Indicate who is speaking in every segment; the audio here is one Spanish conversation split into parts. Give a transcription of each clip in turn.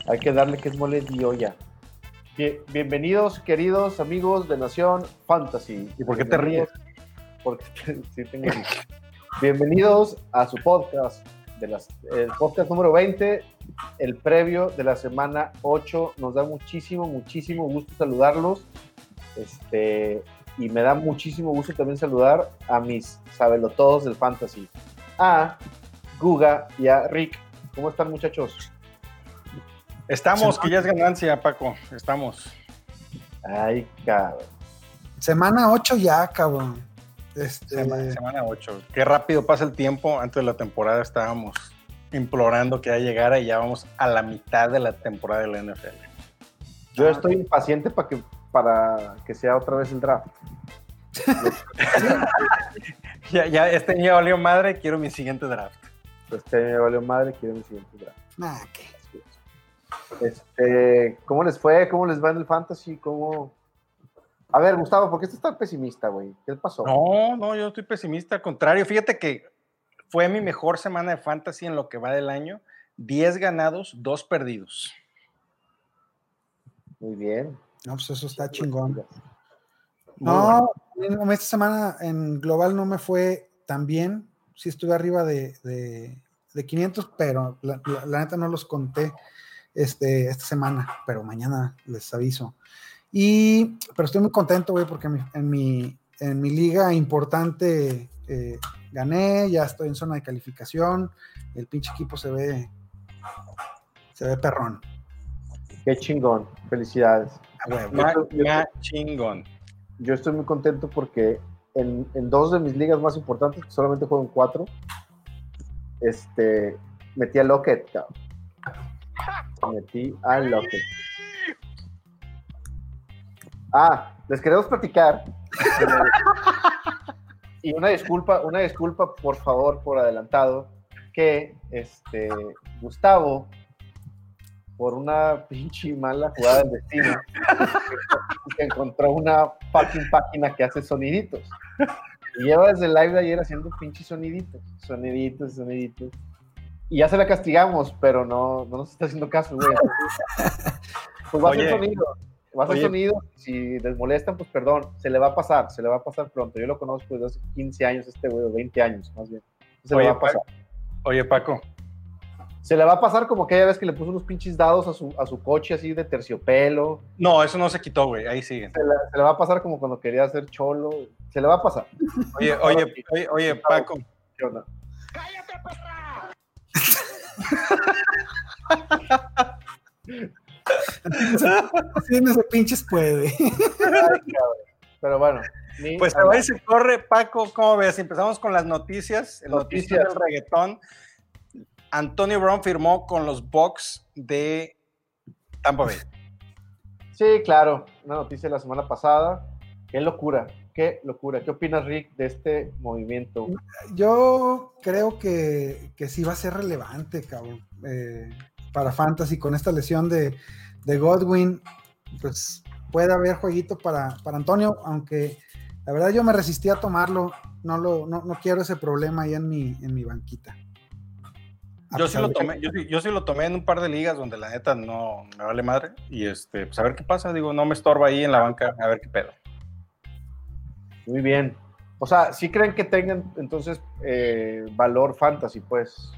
Speaker 1: Hay que darle que es mole de olla. Bienvenidos, queridos amigos de Nación Fantasy.
Speaker 2: ¿Y por qué te ríes?
Speaker 1: Porque sí tengo. Bienvenidos a su podcast, el podcast número 20, el previo de la semana 8. Nos da muchísimo gusto saludarlos. Y me da muchísimo gusto también saludar a mis sabelotodos del Fantasy. A Guga y a Rick. ¿Cómo están, muchachos?
Speaker 2: Estamos, que ya es ganancia, Paco. Estamos.
Speaker 1: Ay, cabrón.
Speaker 3: Semana 8 ya, cabrón.
Speaker 2: Semana 8. Qué rápido pasa el tiempo. Antes de la temporada estábamos implorando que ya llegara y ya vamos a la mitad de la temporada de la NFL.
Speaker 1: Yo estoy impaciente para que sea otra vez el draft.
Speaker 2: ya este año valió madre, quiero mi siguiente draft.
Speaker 1: Este año valió madre, quiero mi siguiente draft.
Speaker 3: ¿Qué?
Speaker 1: ¿Cómo les fue? ¿Cómo les va en el Fantasy? A ver, Gustavo, ¿por qué estás tan pesimista, güey? ¿Qué pasó?
Speaker 2: No, yo estoy pesimista, al contrario. Fíjate que fue mi mejor semana de Fantasy en lo que va del año. 10 ganados, 2 perdidos.
Speaker 1: Muy bien.
Speaker 3: No, pues eso está chingón.
Speaker 1: Bueno.
Speaker 3: No, esta semana en global no me fue tan bien. Sí estuve arriba de 500, pero la neta no los conté esta semana, pero mañana les aviso. Pero estoy muy contento, güey, porque en mi liga importante gané, ya estoy en zona de calificación, el pinche equipo se ve perrón.
Speaker 1: Qué chingón, felicidades.
Speaker 2: Chingón.
Speaker 1: Yo estoy muy contento porque en 2 de mis ligas más importantes, que solamente juego en 4, metí a Lockett, cabrón. Les queremos platicar. Y una disculpa, por favor, por adelantado, que Gustavo, por una pinche mala jugada del destino, que encontró una fucking página que hace soniditos. Y lleva desde el live de ayer haciendo pinches soniditos. Y ya se la castigamos, pero no nos está haciendo caso, güey. Pues va a hacer sonido. Sonido. Si les molestan, pues perdón. Se le va a pasar pronto. Yo lo conozco desde hace 15 años, güey, o 20 años, más bien. Le va a pasar.
Speaker 2: Oye, Paco.
Speaker 1: Se le va a pasar como aquella vez que le puso unos pinches dados a su coche así de terciopelo.
Speaker 2: No, eso no se quitó, güey. Ahí sigue.
Speaker 1: Se le va a pasar como cuando quería hacer cholo. Se le va a pasar.
Speaker 2: Oye, Paco.
Speaker 4: ¡Cállate, perra!
Speaker 3: Así no se pinches puede.
Speaker 1: Pero bueno.
Speaker 2: Pues se va y se corre, Paco. ¿Cómo ves? Empezamos con las noticias. Noticias del reggaetón. Antonio Brown firmó con los Bucks de Tampa Bay.
Speaker 1: Sí, claro. Una noticia de la semana pasada. Qué locura. ¿Qué opinas, Rick, de este movimiento?
Speaker 3: Yo creo que sí va a ser relevante, cabrón. Para Fantasy, con esta lesión de Godwin, pues puede haber jueguito para Antonio, aunque la verdad yo me resistí a tomarlo. No quiero ese problema ahí en mi banquita.
Speaker 2: Yo sí lo tomé en un par de ligas donde la neta no me vale madre. Y pues a ver qué pasa. Digo, no me estorba ahí en la banca, a ver qué pedo.
Speaker 1: Muy bien. O sea, ¿sí creen que tengan entonces valor fantasy, pues?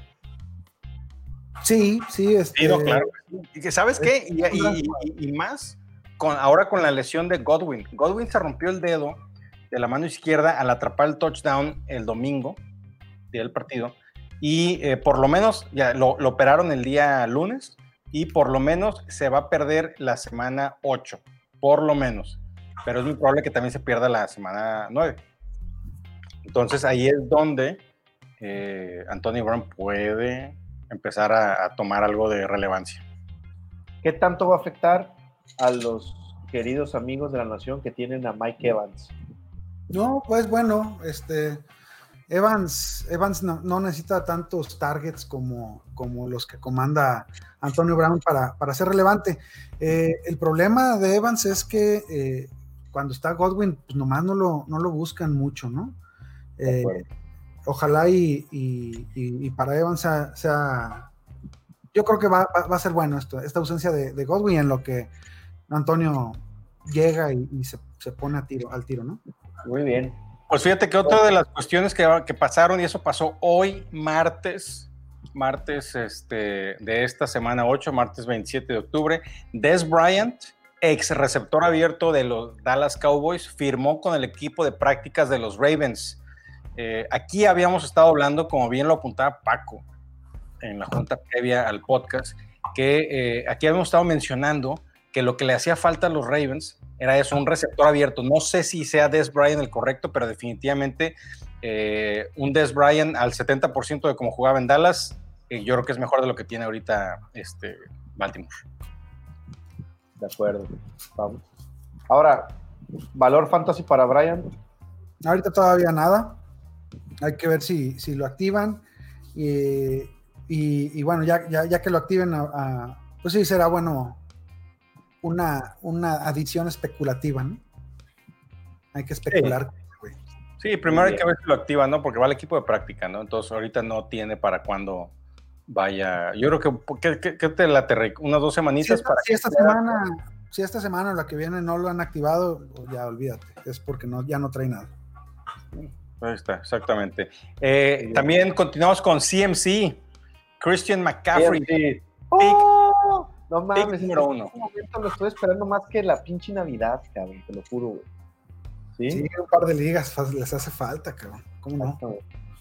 Speaker 3: Sí.
Speaker 2: Sí, no, claro. Y que, ¿sabes qué? Y más ahora con la lesión de Godwin. Godwin se rompió el dedo de la mano izquierda al atrapar el touchdown el domingo, día del partido. Y por lo menos ya lo operaron el día lunes y por lo menos se va a perder la semana 8, por lo menos. Pero es muy probable que también se pierda la semana 9. Entonces ahí es donde Antonio Brown puede empezar a tomar algo de relevancia.
Speaker 1: ¿Qué tanto va a afectar a los queridos amigos de la nación que tienen a Mike Evans?
Speaker 3: No, pues bueno, Evans no necesita tantos targets como los que comanda Antonio Brown para ser relevante. El problema de Evans es que cuando está Godwin, pues nomás no lo buscan mucho, ¿no? Ojalá y para Evans sea yo creo que va a ser bueno esta ausencia de Godwin, en lo que Antonio llega y se pone al tiro, ¿no?
Speaker 1: Muy bien.
Speaker 2: Pues fíjate que otra de las cuestiones que pasaron, y eso pasó hoy, martes de esta semana 8, martes 27 de octubre, Dez Bryant, ex receptor abierto de los Dallas Cowboys, firmó con el equipo de prácticas de los Ravens. Aquí habíamos estado hablando, como bien lo apuntaba Paco, en la junta previa al podcast, que aquí habíamos estado mencionando que lo que le hacía falta a los Ravens era eso, un receptor abierto. No sé si sea Dez Bryant el correcto, pero definitivamente un Dez Bryant al 70% de cómo jugaba en Dallas, yo creo que es mejor de lo que tiene ahorita Baltimore.
Speaker 1: De acuerdo. Vamos. Ahora, valor fantasy para Bryant.
Speaker 3: Ahorita todavía nada. Hay que ver si lo activan. Y bueno, ya que lo activen, pues sí, será bueno una adición especulativa, ¿no? Hay que especular.
Speaker 2: Sí, primero hay que ver si lo activan, ¿no? Porque va al equipo de práctica, ¿no? Entonces ahorita no tiene para cuando vaya. Yo creo que te late unas 2 semanitas
Speaker 3: si esta semana o la que viene no lo han activado, ya olvídate. Es porque ya no trae nada.
Speaker 2: Ahí está, exactamente. También continuamos con CMC, Christian McCaffrey.
Speaker 1: CMC. ¡Oh! No mames,
Speaker 2: número 1.
Speaker 1: En este momento lo estoy esperando más que la pinche Navidad, cabrón, te lo juro, güey.
Speaker 3: Sí, un par de ligas les hace falta, cabrón. ¿Cómo no?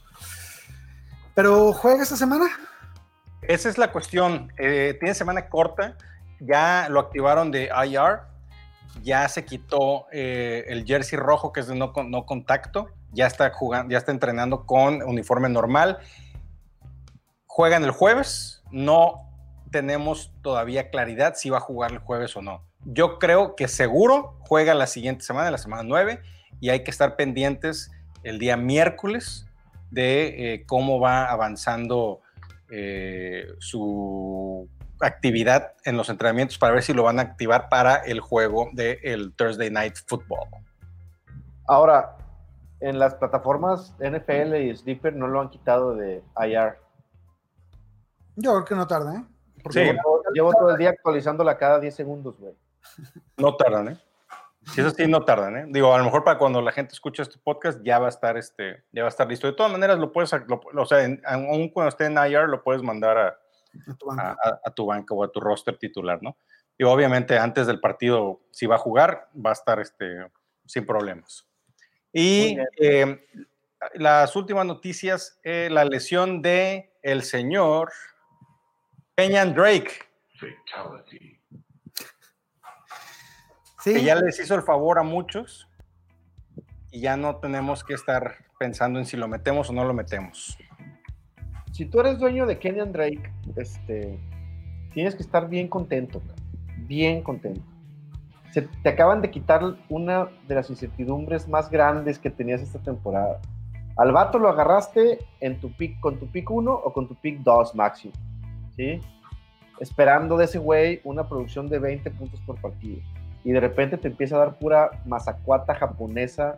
Speaker 3: ¿Pero juega esta semana?
Speaker 2: Esa es la cuestión. Tiene semana corta, ya lo activaron de IR, ya se quitó el jersey rojo, que es de no contacto, ya está jugando, ya está entrenando con uniforme normal. Juegan el jueves, no tenemos todavía claridad si va a jugar el jueves o no. Yo creo que seguro juega la siguiente semana, la semana 9, y hay que estar pendientes el día miércoles de cómo va avanzando su actividad en los entrenamientos para ver si lo van a activar para el juego del Thursday Night Football.
Speaker 1: Ahora, en las plataformas NFL y Sleeper no lo han quitado de IR.
Speaker 3: Yo creo que no tarda, ¿eh?
Speaker 2: Sí.
Speaker 1: Llevo todo el día actualizándola cada 10 segundos, güey.
Speaker 2: No tardan, ¿eh? Sí, eso sí, no tardan, ¿eh? Digo, a lo mejor para cuando la gente escuche este podcast ya va a estar listo. De todas maneras, lo puedes, o sea, aún cuando esté en IR, lo puedes mandar a tu banca o a tu roster titular, ¿no? Y obviamente antes del partido, si va a jugar, va a estar sin problemas. Y las últimas noticias, la lesión de el señor Kenyan Drake.
Speaker 5: Fatality.
Speaker 3: Sí.
Speaker 2: Que ya les hizo el favor a muchos y ya no tenemos que estar pensando en si lo metemos o no lo metemos.
Speaker 1: Si tú eres dueño de Kenyan Drake, tienes que estar bien contento, bien contento. Te acaban de quitar una de las incertidumbres más grandes que tenías esta temporada. Al vato lo agarraste con tu pick 1 o con tu pick 2 máximo, ¿sí? Esperando de ese güey una producción de 20 puntos por partido. Y de repente te empieza a dar pura mazacuata japonesa.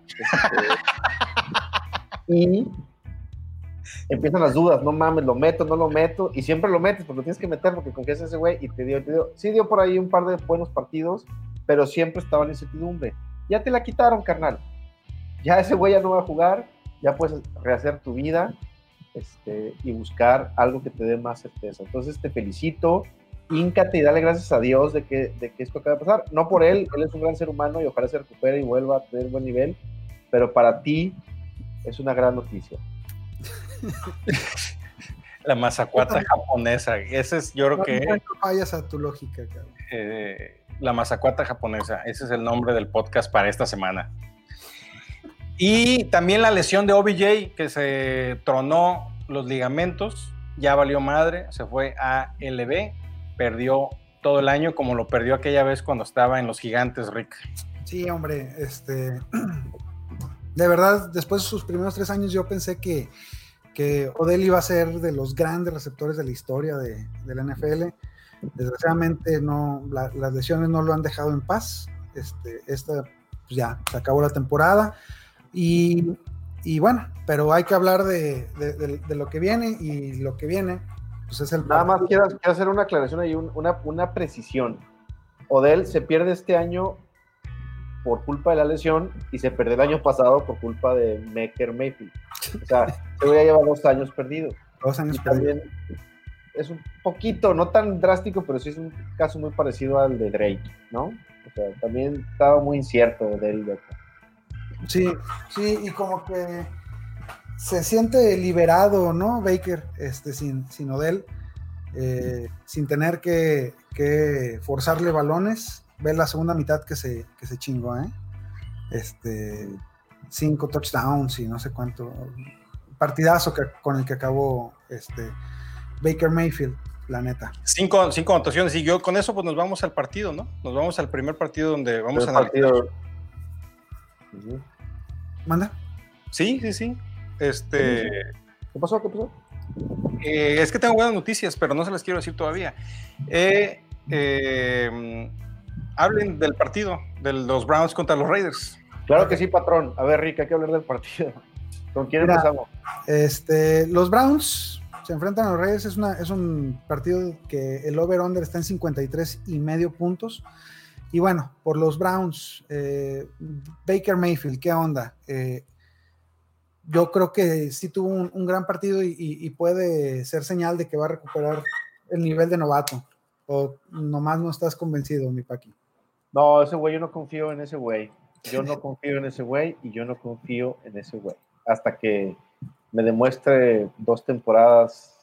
Speaker 1: Y empiezan las dudas, no mames, lo meto, no lo meto. Y siempre lo metes porque lo tienes que meter porque confías en ese güey y te dio. Sí dio por ahí un par de buenos partidos, pero siempre estaba la incertidumbre. Ya te la quitaron, carnal. Ya ese güey ya no va a jugar, ya puedes rehacer tu vida y buscar algo que te dé más certeza. Entonces te felicito, híncate y dale gracias a Dios de que esto acaba de pasar. No por él es un gran ser humano y ojalá se recupere y vuelva a tener buen nivel, pero para ti es una gran noticia.
Speaker 2: La mazacuata japonesa, ese es, yo creo que...
Speaker 3: No fallas a tu lógica, cabrón.
Speaker 2: La mazacuata japonesa, ese es el nombre del podcast para esta semana. Y también la lesión de OBJ, que se tronó los ligamentos, ya valió madre, se fue a LB, perdió todo el año como lo perdió aquella vez cuando estaba en los Gigantes, Rick.
Speaker 3: Sí, hombre, de verdad, después de sus primeros 3 años yo pensé que Odell iba a ser de los grandes receptores de la historia de la NFL. Desgraciadamente las lesiones no lo han dejado en paz. Pues ya se acabó la temporada y bueno, pero hay que hablar de lo que viene, y lo que viene pues es el
Speaker 1: Nada más quiero hacer una aclaración ahí, una precisión. Odell se pierde este año por culpa de la lesión y se perdió el año pasado por culpa de Baker Mayfield. O sea, se voy a llevar 2 años perdidos.
Speaker 3: 2 años
Speaker 1: y también es un poquito, no tan drástico, pero sí es un caso muy parecido al de Drake, ¿no? O sea, también estaba muy incierto de él.
Speaker 3: Sí, y como que se siente liberado, ¿no? Baker, sin Odell, sin tener que forzarle balones. Ve la segunda mitad que se chingó, 5 touchdowns y no sé cuánto. Partidazo con el que acabó Baker Mayfield, la neta.
Speaker 2: 5 anotaciones, y yo con eso pues nos vamos al partido, ¿no? Nos vamos al primer partido donde vamos a
Speaker 1: analizar.
Speaker 3: ¿Manda?
Speaker 2: Sí.
Speaker 1: ¿Qué pasó?
Speaker 2: Es que tengo buenas noticias, pero no se las quiero decir todavía. Hablen del partido de los Browns contra los Raiders.
Speaker 1: Claro que sí, patrón. A ver, Rick, hay que hablar del partido. ¿Con quién empezamos?
Speaker 3: Los Browns se enfrentan a los Raiders. Es un partido que el over-under está en 53.5 puntos. Y bueno, por los Browns, Baker Mayfield, ¿qué onda? Yo creo que sí tuvo un gran partido y puede ser señal de que va a recuperar el nivel de novato. ¿O nomás no estás convencido, mi Paqui?
Speaker 1: No, ese güey, yo no confío en ese güey. Yo no confío en ese güey y yo no confío en ese güey. Hasta que me demuestre 2 temporadas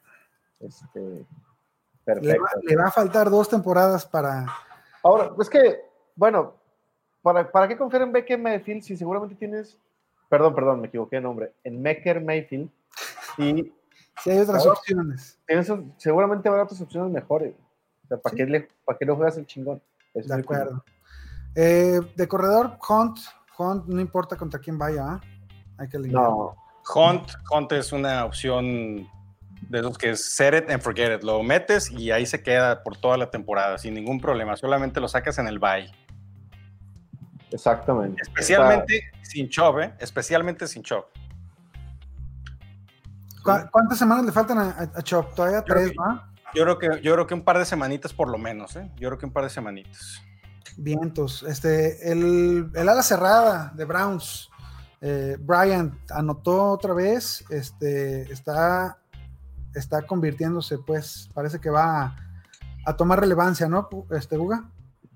Speaker 1: perfectas.
Speaker 3: Le va a faltar 2 temporadas para...
Speaker 1: Ahora, es que, bueno, ¿para qué confiar en Baker Mayfield si seguramente tienes... Perdón, me equivoqué de nombre. En Baker Mayfield y...
Speaker 3: Si hay otras opciones.
Speaker 1: Seguramente habrá otras opciones mejores. O sea, ¿para qué le juegas el chingón?
Speaker 3: De acuerdo. De corredor, Hunt no importa contra quién vaya, hay que eliminar.
Speaker 1: No.
Speaker 2: Hunt es una opción de esos que es set it and forget it. Lo metes y ahí se queda por toda la temporada sin ningún problema. Solamente lo sacas en el bye.
Speaker 1: Exactamente.
Speaker 2: Especialmente sin Chubb, Especialmente sin Chubb.
Speaker 3: ¿Cuántas semanas le faltan a Chubb? Todavía 3, ¿no?
Speaker 2: Yo creo que un par de semanitas por lo menos, Yo creo que un par de semanitas.
Speaker 3: Vientos. El ala cerrada de Browns, Bryant, anotó otra vez, está convirtiéndose, pues, parece que va a tomar relevancia, ¿no, Guga?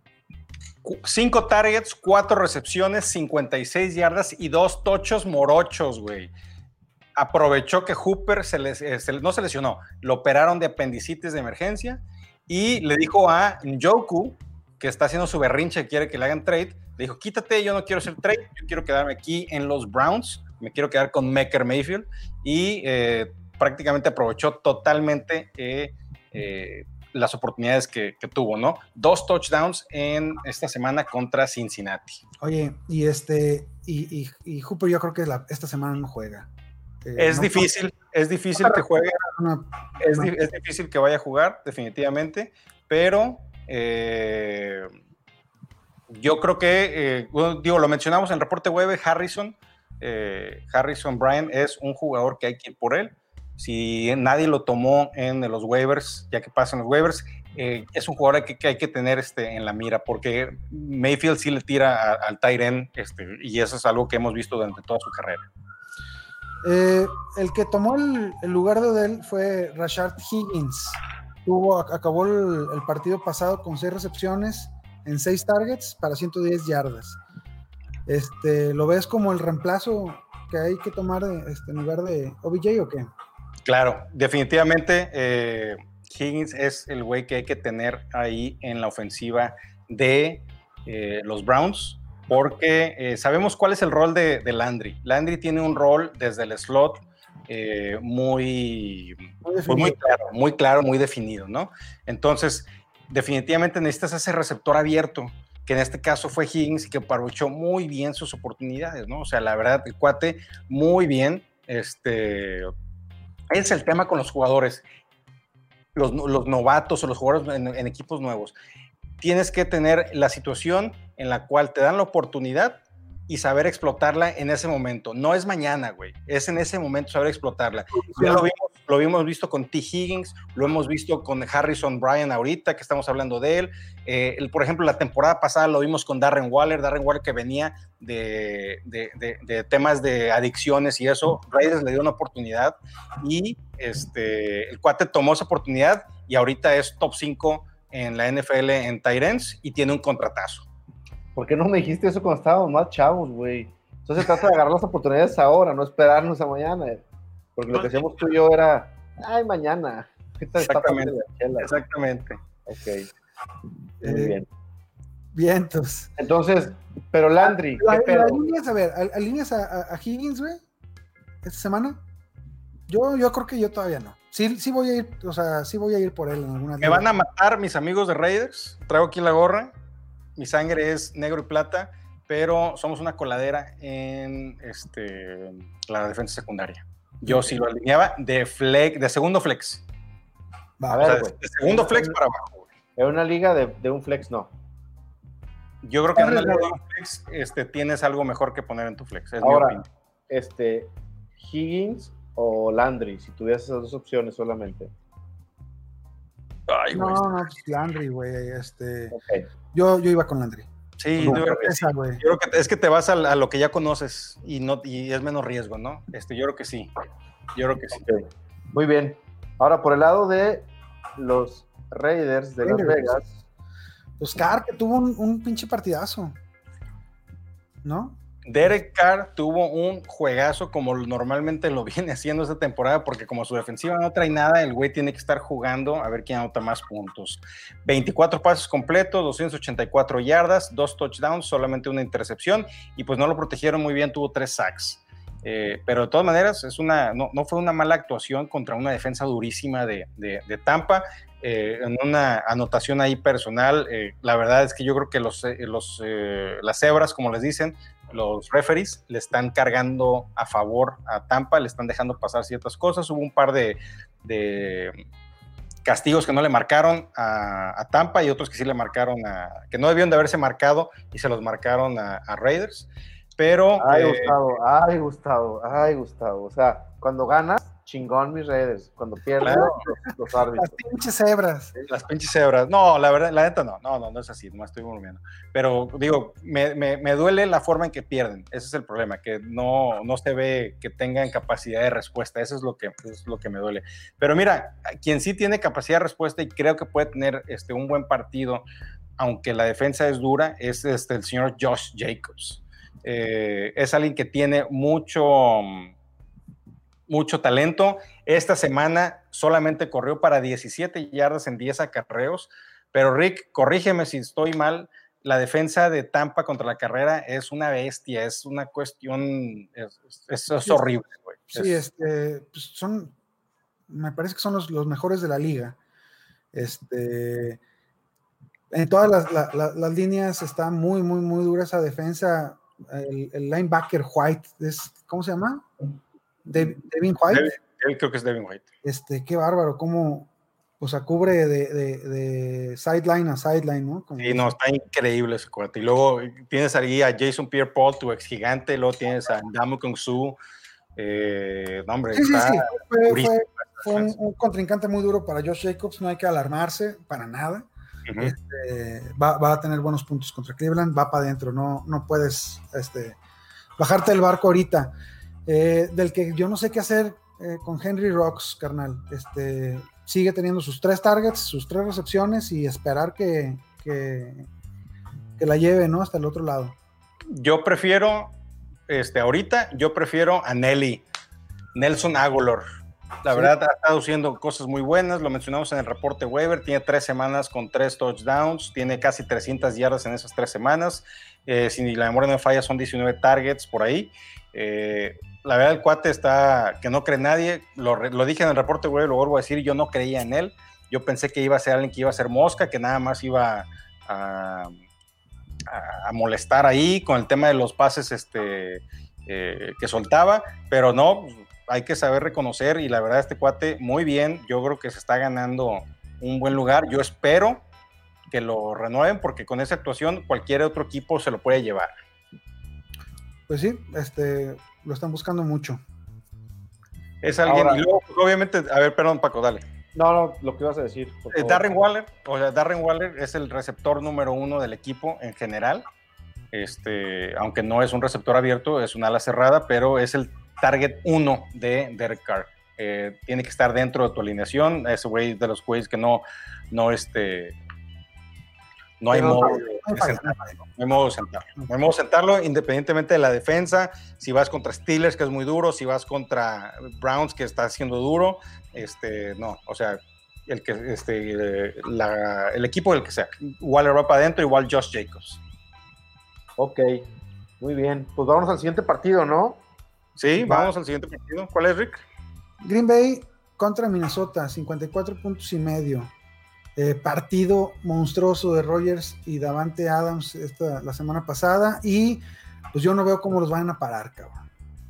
Speaker 2: 5 targets, 4 recepciones, 56 yardas y 2 tochos morochos, güey. Aprovechó que Hooper no se lesionó, lo operaron de apendicitis de emergencia y le dijo a Njoku, que está haciendo su berrinche, quiere que le hagan trade, le dijo, quítate, yo no quiero hacer trade, yo quiero quedarme aquí en los Browns, me quiero quedar con Baker Mayfield, y prácticamente aprovechó totalmente las oportunidades que tuvo, ¿no? 2 touchdowns en esta semana contra Cincinnati.
Speaker 3: Oye, y Hooper yo creo que esta semana no juega.
Speaker 2: Es difícil que juegue, es difícil que vaya a jugar, definitivamente, pero yo creo que, lo mencionamos en el reporte web, Harrison Bryant es un jugador que hay que ir por él. Si nadie lo tomó en los waivers, ya que pasan los waivers, es un jugador que hay que tener en la mira, porque Mayfield sí le tira al tight end, y eso es algo que hemos visto durante toda su carrera.
Speaker 3: El que tomó el lugar de él fue Rashard Higgins. Acabó el partido pasado con 6 recepciones en 6 targets para 110 yardas. ¿Lo ves como el reemplazo que hay que tomar en lugar de OBJ o qué?
Speaker 2: Claro, definitivamente Higgins es el güey que hay que tener ahí en la ofensiva de los Browns, porque sabemos cuál es el rol de Landry. Landry tiene un rol desde el slot muy claro, muy definido, ¿no? Entonces, definitivamente necesitas ese receptor abierto, que en este caso fue Higgins, que aprovechó muy bien sus oportunidades, ¿no? O sea, la verdad, el cuate, muy bien. Es el tema con los jugadores, los novatos o los jugadores en equipos nuevos. Tienes que tener la situación en la cual te dan la oportunidad y saber explotarla en ese momento. No es mañana, güey. Es en ese momento saber explotarla. Ya lo vimos lo hemos visto con T. Higgins, lo hemos visto con Harrison Bryant ahorita, que estamos hablando de él. Por ejemplo, la temporada pasada lo vimos con Darren Waller que venía de temas de adicciones y eso. Raiders le dio una oportunidad y el cuate tomó esa oportunidad y ahorita es top 5 en la NFL en tight ends y tiene un contratazo.
Speaker 1: ¿Por qué no me dijiste eso cuando estábamos más chavos, güey? Entonces trata de agarrar las oportunidades ahora, no esperarnos a mañana. Porque lo que hacíamos tú y yo era, ay, mañana.
Speaker 2: Exactamente.
Speaker 1: Ok. Muy bien.
Speaker 3: Vientos.
Speaker 1: Entonces, pero Landry, ¿qué pedo?
Speaker 3: ¿Alineas a Higgins, güey? ¿Esta semana? Yo creo que yo todavía no. Sí voy a ir, o sea, sí voy a ir por él en alguna.
Speaker 2: Me van a matar mis amigos de Raiders. Traigo aquí la gorra. Mi sangre es negro y plata, pero somos una coladera en la defensa secundaria. Yo sí lo alineaba de segundo flex.
Speaker 1: A ver,
Speaker 2: de segundo flex para abajo.
Speaker 1: En una liga de un flex, no.
Speaker 2: Yo creo que en una liga de un flex tienes algo mejor que poner en tu flex. Es
Speaker 1: ahora,
Speaker 2: mi opinión.
Speaker 1: Higgins o Landry, si tuvieras esas dos opciones solamente.
Speaker 3: Ay, no, pues Landry, güey. Okay. Yo iba con Landry.
Speaker 2: Sí, yo creo que sí. Yo creo que es que te vas a lo que ya conoces y es menos riesgo, ¿no? Yo creo que sí. Okay.
Speaker 1: Muy bien. Ahora, por el lado de los Raiders de Las Vegas.
Speaker 3: Pues Carr, que tuvo un pinche partidazo, ¿no?
Speaker 2: Derek Carr tuvo un juegazo como normalmente lo viene haciendo esta temporada, porque como su defensiva no trae nada, el güey tiene que estar jugando a ver quién anota más puntos. 24 pases completos, 284 yardas, 2 touchdowns, solamente una intercepción, y pues no lo protegieron muy bien, tuvo 3 sacks. Pero de todas maneras no fue una mala actuación contra una defensa durísima de Tampa. En una anotación ahí personal, la verdad es que yo creo que las cebras, como les dicen, los referees le están cargando a favor a Tampa, le están dejando pasar ciertas cosas. Hubo un par de castigos que no le marcaron a Tampa y otros que sí le marcaron que no debieron de haberse marcado y se los marcaron a Raiders. Pero
Speaker 1: Gustavo. O sea, cuando ganas, chingón mis Raiders. Cuando pierden, claro, los árbitros.
Speaker 3: Las
Speaker 2: pinches cebras. No, la verdad, la neta no es así, no estoy bromeando. Pero digo, me duele la forma en que pierden. Ese es el problema, que no se ve que tengan capacidad de respuesta. Eso es lo que me duele. Pero mira, quien sí tiene capacidad de respuesta y creo que puede tener un buen partido, aunque la defensa es dura, es el señor Josh Jacobs. Es alguien que tiene mucho talento. Esta semana solamente corrió para 17 yardas en 10 acarreos, pero Rick, corrígeme si estoy mal, la defensa de Tampa contra la carrera es una bestia, es una cuestión, es horrible, güey.
Speaker 3: Sí, pues me parece que son los mejores de la liga. En todas las líneas está muy, muy, muy dura esa defensa. El linebacker White, ¿cómo se llama? Devin White.
Speaker 2: Creo que es Devin White.
Speaker 3: Qué bárbaro, cómo, o sea, cubre de sideline a sideline, ¿no?
Speaker 2: Sí, está increíble ese cuate. Y luego tienes ahí a Jason Pierre-Paul, tu ex gigante, luego tienes a Ndamukong Kong-Su. Hombre,
Speaker 3: sí. Fue un contrincante muy duro para Josh Jacobs, no hay que alarmarse para nada. Uh-huh. Va a tener buenos puntos contra Cleveland, va para adentro, no puedes bajarte del barco ahorita. Del que yo no sé qué hacer con Henry Rocks, carnal. Sigue teniendo sus 3 targets, sus 3 recepciones y esperar que la lleve, ¿no? Hasta el otro lado.
Speaker 2: Yo prefiero a Nelson Agholor. La verdad ha estado haciendo cosas muy buenas, lo mencionamos en el reporte waiver, tiene 3 semanas con 3 touchdowns, tiene casi 300 yardas en esas 3 semanas, si la memoria no me falla son 19 targets por ahí. La verdad el cuate está que no cree nadie, lo dije en el reporte waiver, lo vuelvo a decir, yo no creía en él, yo pensé que iba a ser alguien que iba a ser mosca, que nada más iba a molestar ahí con el tema de los pases que soltaba, pero no, hay que saber reconocer y la verdad este cuate muy bien, yo creo que se está ganando un buen lugar, yo espero que lo renueven porque con esa actuación cualquier otro equipo se lo puede llevar.
Speaker 3: Pues sí, lo están buscando mucho.
Speaker 2: Es alguien,
Speaker 1: Ahora,
Speaker 2: y luego, pues, obviamente, a ver, perdón, Paco, dale.
Speaker 1: No, lo que ibas a decir. Por favor.
Speaker 2: Darren Waller es el receptor número 1 del equipo en general. Aunque no es un receptor abierto, es una ala cerrada, pero es el target 1 de Derek Carr. Tiene que estar dentro de tu alineación. Ese güey de los güeyes que no hay modo de sentarlo, independientemente de la defensa. Si vas contra Steelers, que es muy duro, si vas contra Browns, que está siendo duro, no, o sea, el equipo del que sea. Waller va para adentro, igual Josh Jacobs.
Speaker 1: Ok, muy bien. Pues vamos al siguiente partido, ¿no?
Speaker 2: Sí, vamos al siguiente partido. ¿Cuál es, Rick?
Speaker 3: Green Bay contra Minnesota, 54 puntos y medio. Partido monstruoso de Rodgers y Davante Adams la semana pasada, y pues yo no veo cómo los van a parar, cabrón.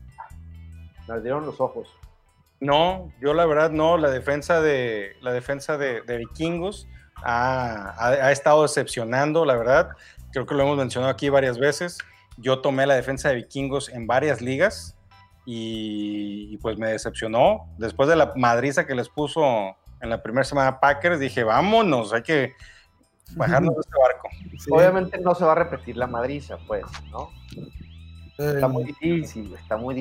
Speaker 1: Me dieron los ojos.
Speaker 2: No, yo la verdad no. La defensa de Vikingos ha estado decepcionando, la verdad. Creo que lo hemos mencionado aquí varias veces. Yo tomé la defensa de Vikingos en varias ligas y pues me decepcionó. Después de la madriza que les puso en la primera semana Packers, dije, vámonos, hay que bajarnos de este barco.
Speaker 1: Sí. Obviamente no se va a repetir la madriza, pues, ¿no? Está muy difícil.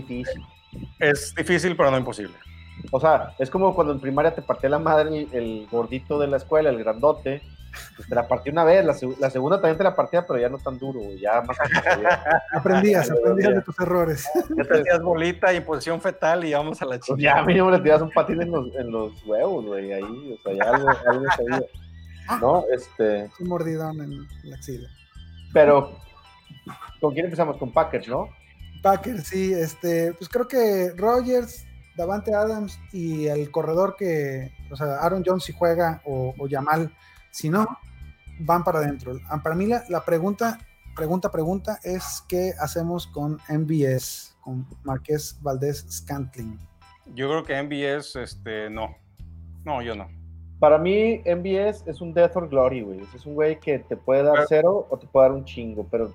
Speaker 2: Es difícil, pero no imposible.
Speaker 1: O sea, es como cuando en primaria te partía la madre el gordito de la escuela, el grandote, pues te la partí una vez, la segunda también te la partía, pero ya no tan duro, ya más.
Speaker 3: Aprendías de tus errores.
Speaker 2: Ya te hacías bolita y en posición fetal y vamos a la chica.
Speaker 1: Pues ya mínimo le tiras un patín en los huevos, güey, ahí, o sea, ya algo sabía. ¿No?
Speaker 3: Un mordidón en la axila.
Speaker 1: Pero, ¿con quién empezamos? Con Packers, ¿no?
Speaker 3: Packers, sí, pues creo que Rodgers, Davante Adams y el corredor o sea, Aaron Jones si juega o Jamal, si no, van para adentro. Para mí la pregunta es ¿qué hacemos con MVS, con Marqués Valdez-Scantling?
Speaker 2: Yo creo que MVS, no, yo no.
Speaker 1: Para mí, MVS es un Death or Glory, güey. Es un güey que te puede dar 0 o te puede dar un chingo, pero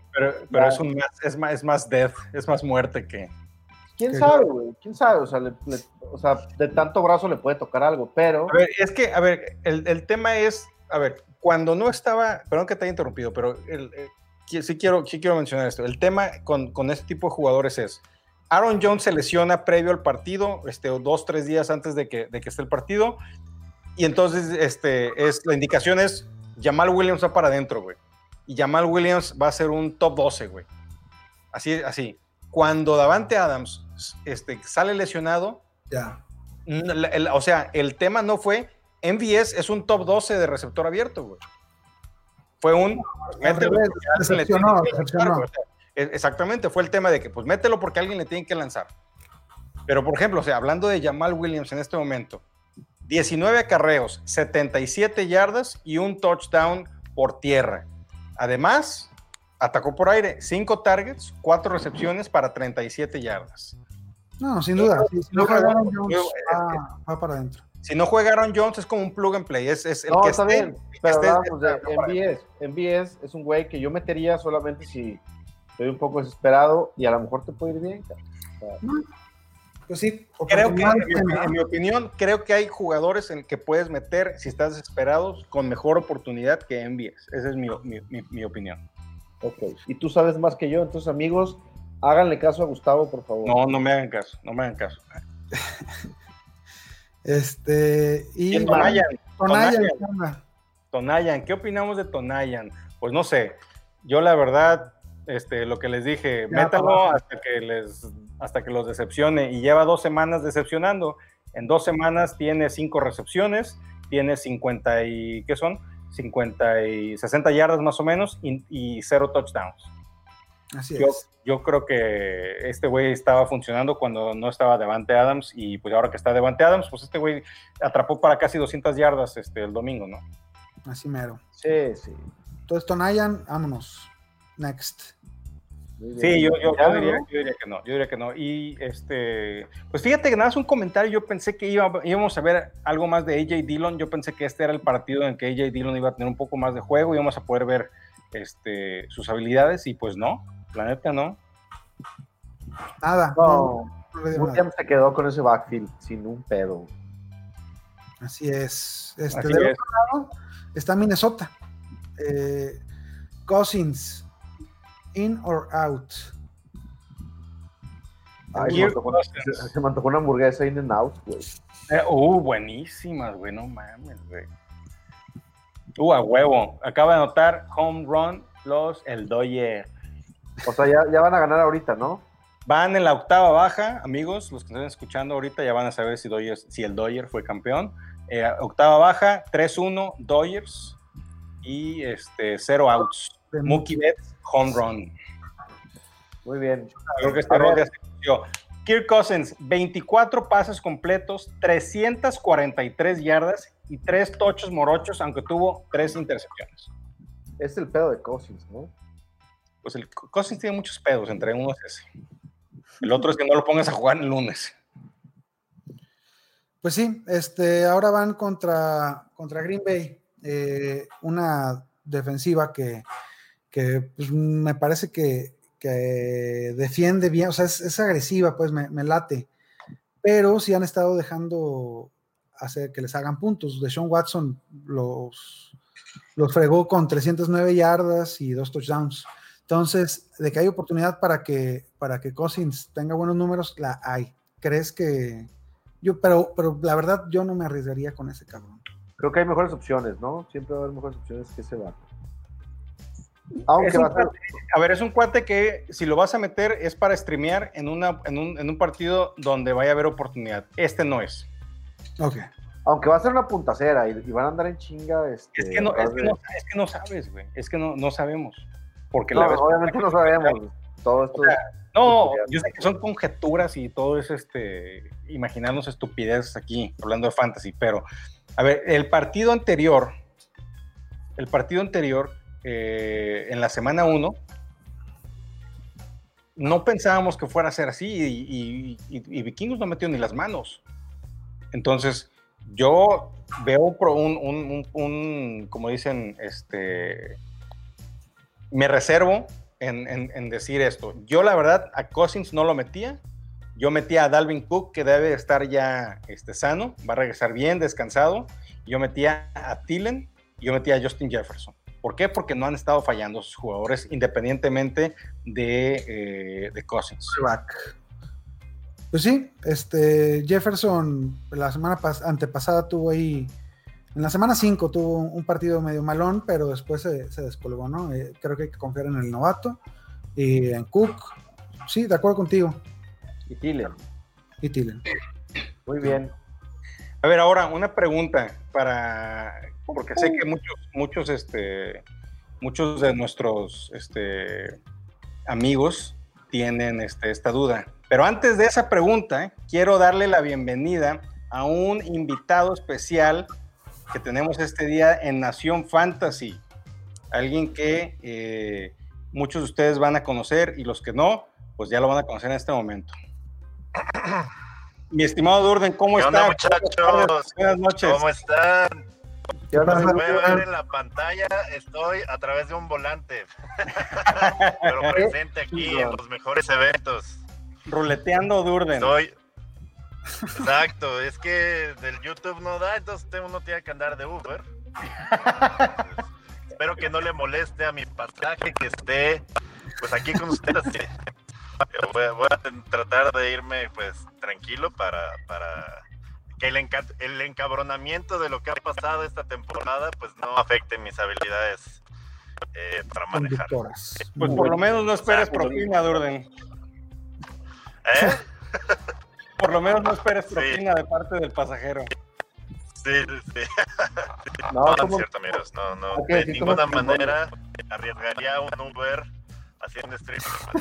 Speaker 2: es más death, es más muerte que...
Speaker 1: ¿Quién sabe, güey? ¿Quién sabe? O sea, de tanto brazo le puede tocar algo, pero...
Speaker 2: A ver, el tema es, cuando no estaba, perdón que te haya interrumpido, pero sí quiero mencionar esto. El tema con este tipo de jugadores es, Aaron Jones se lesiona previo al partido, 2-3 días antes de que esté el partido, y entonces la indicación es, Jamal Williams va para adentro, güey. Y Jamal Williams va a ser un top 12, güey. Así. Cuando Davante Adams sale lesionado,
Speaker 3: ya.
Speaker 2: O sea, el tema no fue MVS es un top 12 de receptor abierto, güey. Fue un...
Speaker 3: Decepcionó.
Speaker 2: Exactamente, fue el tema de que pues mételo porque alguien le tiene que lanzar. Pero, por ejemplo, o sea, hablando de Jamal Williams en este momento, 19 acarreos, 77 yardas y un touchdown por tierra. Además, atacó por aire, 5 targets, 4 recepciones para 37 yardas.
Speaker 3: No, sin duda. Si no juega Aaron Jones, va para adentro.
Speaker 2: Si no juega Aaron Jones, es como un plug and play. Es el
Speaker 1: no,
Speaker 2: que
Speaker 1: está
Speaker 2: esté,
Speaker 1: bien, pero hablamos de MVS es un güey que yo metería solamente si estoy un poco desesperado y a lo mejor te puede ir bien. O sea,
Speaker 3: pues sí,
Speaker 2: creo que, en mi opinión, creo que hay jugadores en que puedes meter, si estás desesperado, con mejor oportunidad que MVS. Esa es mi opinión.
Speaker 1: Ok, y tú sabes más que yo, entonces amigos, háganle caso a Gustavo, por favor.
Speaker 2: No me hagan caso.
Speaker 3: Y
Speaker 2: Tonayan, ¿qué opinamos de Tonayan? Pues no sé, yo la verdad, lo que les dije, métalo hasta que los decepcione, y lleva 2 semanas decepcionando. En 2 semanas tiene 5 recepciones, tiene 50 y, ¿qué son? 50 y 60 yardas más o menos y 0 touchdowns.
Speaker 3: Así es.
Speaker 2: Yo creo que este güey estaba funcionando cuando no estaba Davante Adams, y pues ahora que está Davante Adams, pues este güey atrapó para casi 200 yardas el domingo, ¿no?
Speaker 3: Así mero.
Speaker 1: Sí.
Speaker 3: Entonces, Tonayan, vámonos. Next.
Speaker 2: Sí, yo diría que no. Y pues fíjate que nada más un comentario, yo pensé que íbamos a ver algo más de AJ Dillon. Yo pensé que este era el partido en que AJ Dillon iba a tener un poco más de juego, íbamos a poder ver sus habilidades, y pues no, la neta no.
Speaker 3: Nada. No le dieron
Speaker 1: Williams se quedó con ese backfield sin un pedo.
Speaker 3: Así es.
Speaker 2: Así
Speaker 3: Del
Speaker 2: es.
Speaker 3: otro lado está Minnesota. Cousins, in or out.
Speaker 1: Ay, se me antojó una hamburguesa in and out, güey.
Speaker 2: Buenísimas, güey, no mames, güey. A huevo. Acaba de anotar home run el Dodger.
Speaker 1: O sea, ya van a ganar ahorita, ¿no?
Speaker 2: Van en la octava baja, amigos, los que están escuchando ahorita ya van a saber si el Dodger fue campeón. Octava baja, 3-1 Dodgers y 0 outs. Mookie Betts, home run.
Speaker 1: Muy bien.
Speaker 2: Creo que este rol ya se inició. Kirk Cousins, 24 pases completos, 343 yardas y 3 tochos morochos, aunque tuvo 3 intercepciones.
Speaker 1: Es el pedo de Cousins, ¿no?
Speaker 2: Pues el Cousins tiene muchos pedos, entre uno es ese. El otro es que no lo pongas a jugar el lunes.
Speaker 3: Pues sí, ahora van contra Green Bay, una defensiva que pues, me parece que defiende bien, o sea, es agresiva, pues me late, pero sí han estado dejando hacer que les hagan puntos. Deshaun Watson los fregó con 309 yardas y 2 touchdowns. Entonces, de que hay oportunidad para que Cousins tenga buenos números, la hay. ¿Crees que pero la verdad yo no me arriesgaría con ese cabrón?
Speaker 1: Creo que hay mejores opciones, ¿no? Siempre va a haber mejores opciones que ese va. Aunque
Speaker 2: es un cuate que si lo vas a meter es para streamear en un partido donde vaya a haber oportunidad. Este no es.
Speaker 3: Ok.
Speaker 1: Aunque va a ser una puntacera y van a andar en chinga.
Speaker 2: Es que no sabes, güey. Es que no sabemos. Porque
Speaker 1: obviamente no sabemos. Todo esto.
Speaker 2: Yo sé que son conjeturas y todo es imaginarnos estupideces aquí, hablando de fantasy, pero a ver, el partido anterior, en la semana 1, no pensábamos que fuera a ser así y Vikingos no metió ni las manos. Entonces, yo veo un como dicen, me reservo en decir esto. Yo, la verdad, a Cousins no lo metía. Yo metía a Dalvin Cook, que debe estar ya sano, va a regresar bien, descansado. Yo metía a Thielen, yo metía a Justin Jefferson. ¿Por qué? Porque no han estado fallando sus jugadores, independientemente de Cousins.
Speaker 3: Pues sí, Jefferson la semana antepasada tuvo ahí, en la semana 5 tuvo un partido medio malón, pero después se descolgó, ¿no? Creo que hay que confiar en el novato y en Cook. Sí, de acuerdo contigo.
Speaker 1: Y Thielen.
Speaker 2: Muy bien. A ver, ahora una pregunta porque sé que muchos de nuestros amigos tienen esta duda. Pero antes de esa pregunta, quiero darle la bienvenida a un invitado especial que tenemos este día en Nación Fantasy. Alguien que muchos de ustedes van a conocer y los que no, pues ya lo van a conocer en este momento. Mi estimado Durden, ¿cómo está?
Speaker 5: Hola, muchachos.
Speaker 2: Buenas noches.
Speaker 5: ¿Cómo están?
Speaker 1: Como
Speaker 5: se puede ver en la pantalla, estoy a través de un volante, pero presente aquí en los mejores eventos.
Speaker 2: Ruleteando Durden.
Speaker 5: Exacto, es que del YouTube no da, entonces uno tiene que andar de Uber. Espero que no le moleste a mi pasaje que esté pues aquí con ustedes. Voy a tratar de irme pues tranquilo para que el encabronamiento de lo que ha pasado esta temporada pues no afecte mis habilidades para manejar.
Speaker 3: Conductoras.
Speaker 2: Pues por lo menos no esperes propina, Durden. Por lo menos no esperes propina de parte del pasajero.
Speaker 5: Sí.
Speaker 1: No,
Speaker 5: es cierto, amigos. No.
Speaker 1: Okay,
Speaker 5: de ninguna manera arriesgaría un Uber haciendo streaming.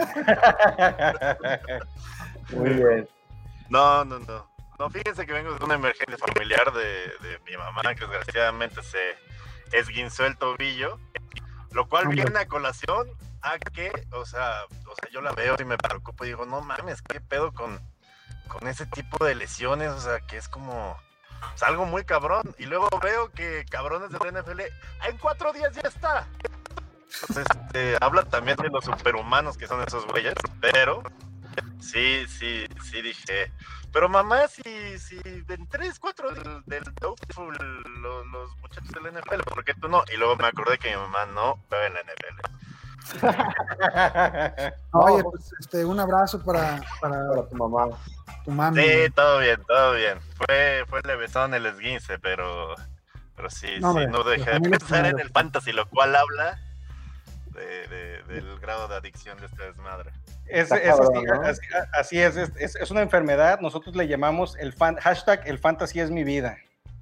Speaker 1: Muy bien.
Speaker 5: No, fíjense que vengo de una emergencia familiar de mi mamá, que desgraciadamente se esguinzó el tobillo, lo cual viene a colación a que, o sea, yo la veo y me preocupo y digo, no mames, ¿qué pedo con ese tipo de lesiones? O sea, que es como algo muy cabrón. Y luego veo que cabrones de la NFL, en 4 días ya está. Entonces, habla también de los superhumanos que son esos güeyes, pero Sí, dije. Pero mamá, si en 3-4 del Doubtful los muchachos del NFL, ¿por qué tú no? Y luego me acordé que mi mamá no juega en la NFL.
Speaker 3: Oye, pues un abrazo para
Speaker 1: tu mamá.
Speaker 3: Tu mami.
Speaker 5: Sí, todo bien. Fue levesón el esguince, pero sí, no deja de pensar en el fantasy, lo cual habla del grado de adicción de este desmadre.
Speaker 2: Así es una enfermedad. Nosotros le llamamos hashtag el fantasy es mi vida.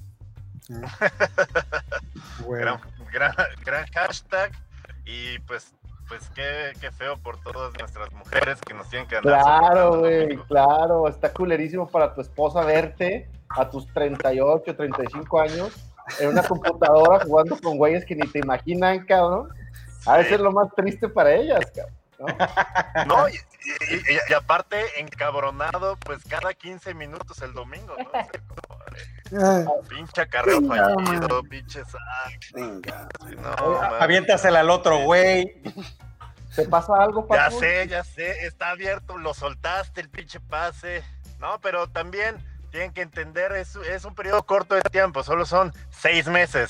Speaker 5: Bueno. Gran hashtag. Y pues qué feo por todas nuestras mujeres que nos tienen que andar.
Speaker 1: Claro, güey, claro. Está culerísimo para tu esposa verte a tus 38, 35 años en una computadora jugando con güeyes que ni te imaginan, cabrón. Ha de ser lo más triste para ellas, cabrón.
Speaker 5: ¿No? Y aparte, encabronado, pues cada 15 minutos el domingo, ¿no? Pinche acarreo fallido, pinche sack.
Speaker 2: Venga. No, aviéntasela al otro güey.
Speaker 1: ¿Te pasa algo,
Speaker 5: Paco? Ya sé, está abierto, lo soltaste el pinche pase. No, pero también tienen que entender, es un periodo corto de tiempo, solo son 6 meses.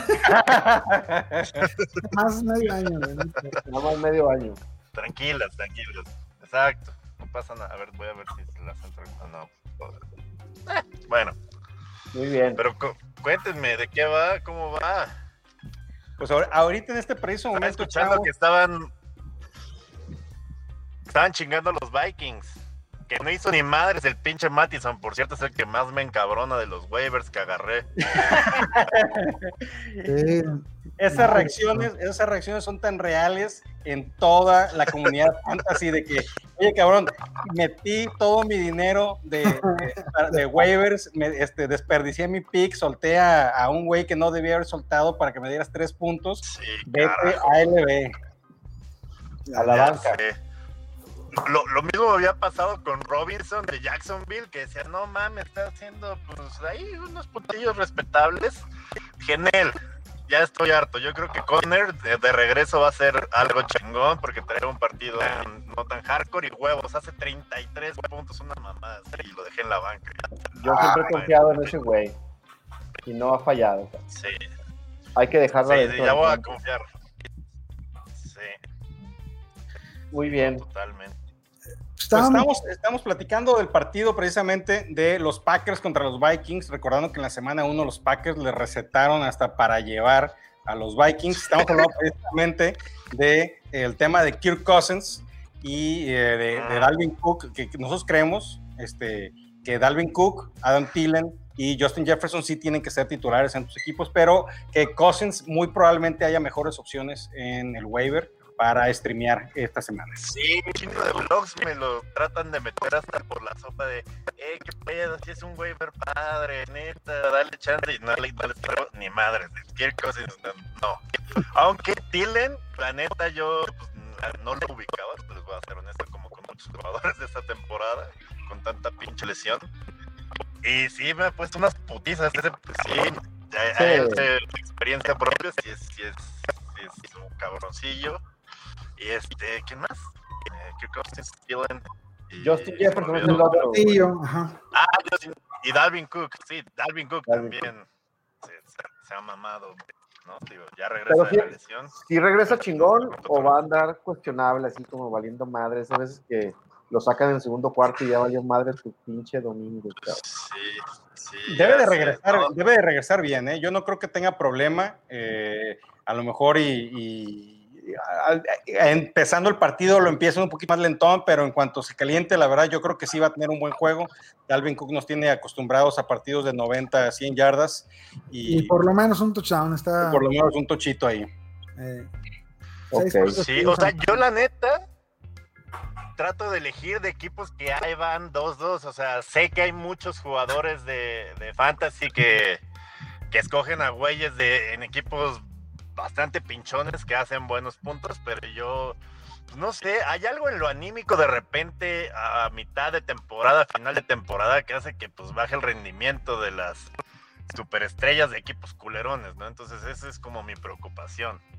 Speaker 3: Más medio año,
Speaker 1: ¿no? Más medio año.
Speaker 5: Tranquilas. Exacto. No pasa nada. A ver, voy a ver si la centro. No. Bueno.
Speaker 1: Muy bien.
Speaker 5: Pero cuéntenme, ¿de qué va? ¿Cómo va?
Speaker 2: Pues ahorita en este preciso momento
Speaker 5: escuchando que estaban chingando a los Vikings. Que no hizo ni madres el pinche Mattison, por cierto, es el que más me encabrona de los waivers que agarré.
Speaker 2: Esas reacciones son tan reales en toda la comunidad fantasy de que, oye, cabrón, metí todo mi dinero de waivers, desperdicié mi pick, solté a un güey que no debía haber soltado para que me dieras 3 puntos.
Speaker 5: Sí,
Speaker 2: vete a LB.
Speaker 1: A la banca.
Speaker 5: Lo mismo había pasado con Robinson de Jacksonville, que decía, no mames, está haciendo pues ahí unos puntillos respetables. Genel, ya estoy harto. Yo creo que Conner de regreso va a ser algo chingón, porque trae un partido no tan hardcore y huevos, hace 33 puntos, una mamada, y lo dejé en la banca.
Speaker 1: Yo siempre he confiado en ese güey y no ha fallado.
Speaker 5: Sí.
Speaker 1: Hay que dejarlo
Speaker 5: adentro. Sí, ya voy a confiar. Sí.
Speaker 1: Muy bien.
Speaker 5: Totalmente.
Speaker 2: Estamos platicando del partido precisamente de los Packers contra los Vikings, recordando que en la semana 1 los Packers le recetaron hasta para llevar a los Vikings. Estamos hablando precisamente del tema de Kirk Cousins y de Dalvin Cook, que nosotros creemos que Dalvin Cook, Adam Thielen y Justin Jefferson sí tienen que ser titulares en tus equipos, pero que Cousins muy probablemente haya mejores opciones en el waiver para streamear esta semana.
Speaker 5: Sí, un chingo de blogs me lo tratan de meter hasta por la sopa de qué pedo, si es un waiver padre, neta, dale chance, y no le traigo ni madres, Kirk Cousins, no. Aunque Thielen, la neta, yo pues, no lo ubicaba, les voy a ser honesto, como con muchos jugadores de esta temporada, con tanta pinche lesión. Y sí, me ha puesto unas putizas, pues, experiencia propia, sí es un cabroncillo. Y ¿quién más? Kirk Cousins, Thielen y
Speaker 1: Justin Jefferson es el otro.
Speaker 5: Y Dalvin Cook, sí, Dalvin Cook también se ha mamado, ¿no? Digo, ya regresa de la lesión.
Speaker 1: Si regresa chingón o va a andar cuestionable, así como valiendo madres, a veces que lo sacan en el segundo cuarto y ya valió madre su pinche domingo.
Speaker 5: Sí.
Speaker 2: Debe de regresar bien, ¿eh? Yo no creo que tenga problema, a lo mejor empezando el partido lo empieza un poquito más lentón, pero en cuanto se caliente, la verdad yo creo que sí va a tener un buen juego. Dalvin Cook nos tiene acostumbrados a partidos de 90 a 100 yardas y
Speaker 3: por lo menos un touchdown está.
Speaker 2: Por lo menos un tochito ahí.
Speaker 1: Okay.
Speaker 5: Sí, o sea, yo la neta trato de elegir de equipos que ahí van 2-2, o sea, sé que hay muchos jugadores de fantasy que escogen a güeyes en equipos bastante pinchones que hacen buenos puntos, pero yo no sé, hay algo en lo anímico de repente a mitad de temporada, final de temporada, que hace que pues baje el rendimiento de las superestrellas de equipos culerones, ¿no? Entonces esa es como mi preocupación.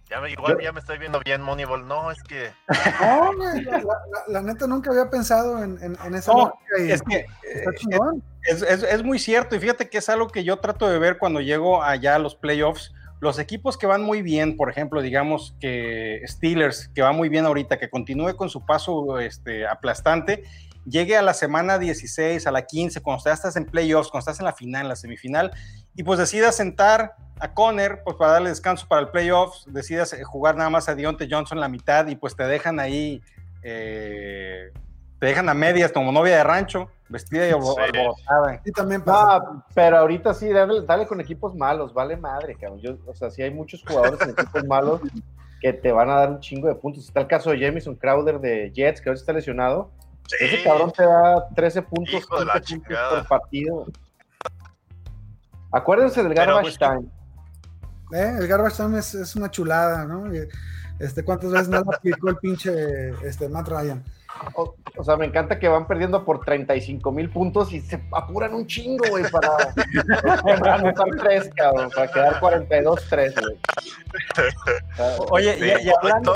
Speaker 5: Ya me estoy viendo bien Moneyball. No, es que...
Speaker 3: No, güey, la neta nunca había pensado en esa
Speaker 2: No,
Speaker 3: lógica y
Speaker 2: es que
Speaker 3: está chingón.
Speaker 2: es muy cierto, y fíjate que es algo que yo trato de ver cuando llego allá a los playoffs. Los equipos que van muy bien, por ejemplo, digamos que Steelers, que va muy bien ahorita, que continúe con su paso aplastante, llegue a la semana 16, a la 15, cuando ya estás en playoffs, cuando estás en la final, la semifinal, y pues decidas sentar a Conner, pues para darle descanso para el playoffs, decidas jugar nada más a Diontae Johnson la mitad, y pues te dejan ahí, te dejan a medias como novia de rancho, vestida y alborotada.
Speaker 3: Sí, también pasa.
Speaker 1: No, pero ahorita sí, dale con equipos malos, vale madre, cabrón. O sea, sí hay muchos jugadores en equipos malos que te van a dar un chingo de puntos. Está el caso de Jamison Crowder de Jets, que ahora está lesionado.
Speaker 5: Sí.
Speaker 1: Ese cabrón te da 13 puntos,
Speaker 5: Hijo de la
Speaker 1: 15 puntos
Speaker 5: chingada.
Speaker 1: por partido. Acuérdense del
Speaker 5: Pero,
Speaker 1: Garbage
Speaker 5: pues,
Speaker 1: Time.
Speaker 3: El Garbage Time es una chulada, ¿no? ¿Cuántas veces no lo aplicó el pinche Matt Ryan?
Speaker 1: O sea, me encanta que van perdiendo por 35,000 puntos y se apuran un chingo, güey, para anotar 3, cabrón, para quedar 42-3, güey.
Speaker 2: Oye,
Speaker 5: Sí,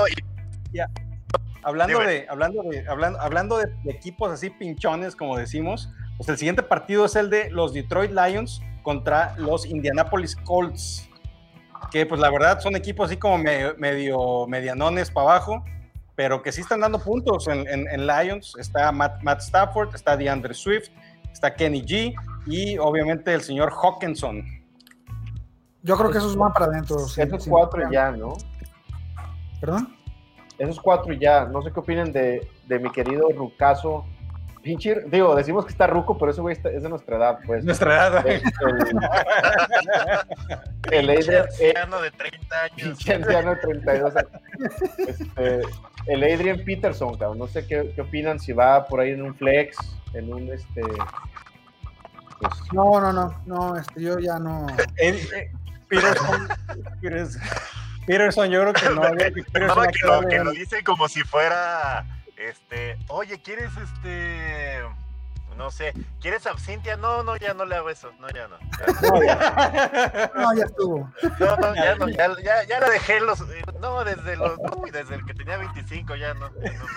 Speaker 2: hablando de equipos así pinchones, como decimos, pues el siguiente partido es el de los Detroit Lions contra los Indianapolis Colts, que pues la verdad son equipos así como medio medianones para abajo, pero que sí están dando puntos en Lions. Está Matt Stafford, está DeAndre Swift, está Kenny G y obviamente el señor Hawkinson.
Speaker 3: Yo creo que esos van para adentro.
Speaker 1: Esos 4 y ya, ¿no?
Speaker 3: ¿Perdón?
Speaker 1: Esos 4 y ya. No sé qué opinan de mi querido Rucaso. Pinche, digo, decimos que está ruco, pero ese güey es de nuestra edad, pues.
Speaker 2: Nuestra edad.
Speaker 5: El anciano de 30 años.
Speaker 1: Pinche anciano de 32 años. El Adrian Peterson, cabrón. No sé qué opinan, si va por ahí en un flex, en un pues...
Speaker 3: No, yo ya no.
Speaker 2: Peterson, yo creo que no.
Speaker 5: Que lo dice como si fuera, oye, ¿quieres no sé, ¿quieres absintia? No, ya no le hago eso. No, ya no.
Speaker 3: No, ya estuvo.
Speaker 5: No, ya la dejé desde el que tenía 25, ya no.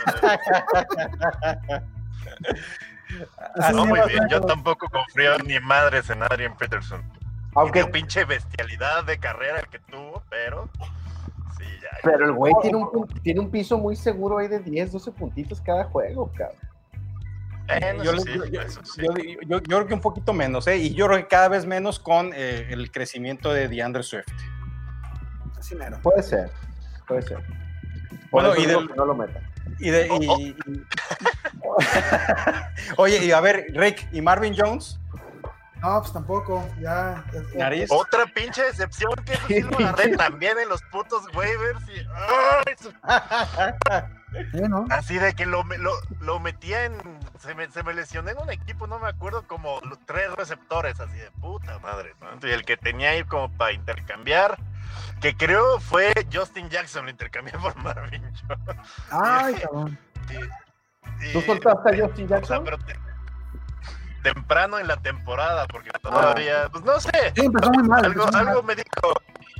Speaker 5: No, muy bien, yo tampoco confío ni madres en Adrian Peterson.
Speaker 1: Aunque
Speaker 5: pinche bestialidad de carrera que tuvo, pero sí, ya.
Speaker 1: Pero el güey tiene un piso muy seguro ahí de 10, 12 puntitos cada juego, cabrón.
Speaker 2: Yo creo que un poquito menos, y yo creo que cada vez menos con el crecimiento de DeAndre Swift.
Speaker 3: Así mero.
Speaker 1: Puede ser.
Speaker 2: Bueno,
Speaker 1: y no lo meta.
Speaker 2: Oye, y a ver, Rick, ¿y Marvin Jones?
Speaker 3: No, pues tampoco, ya.
Speaker 2: Nariz.
Speaker 5: Otra pinche decepción que sí lo agarré también en los putos waivers
Speaker 3: Sí, ¿no?
Speaker 5: así de que lo metía se me lesioné en un equipo, no me acuerdo, como 3 receptores, así de puta madre, ¿no? Y el que tenía ahí como para intercambiar, que creo fue Justin Jackson, lo intercambié por Marvin Jones.
Speaker 3: Ay, cabrón.
Speaker 1: ¿Tú soltaste a Justin Jackson?
Speaker 5: O sea, pero temprano en la temporada, porque todavía, pues no sé.
Speaker 3: Sí, empezó muy mal.
Speaker 5: Algo me dijo.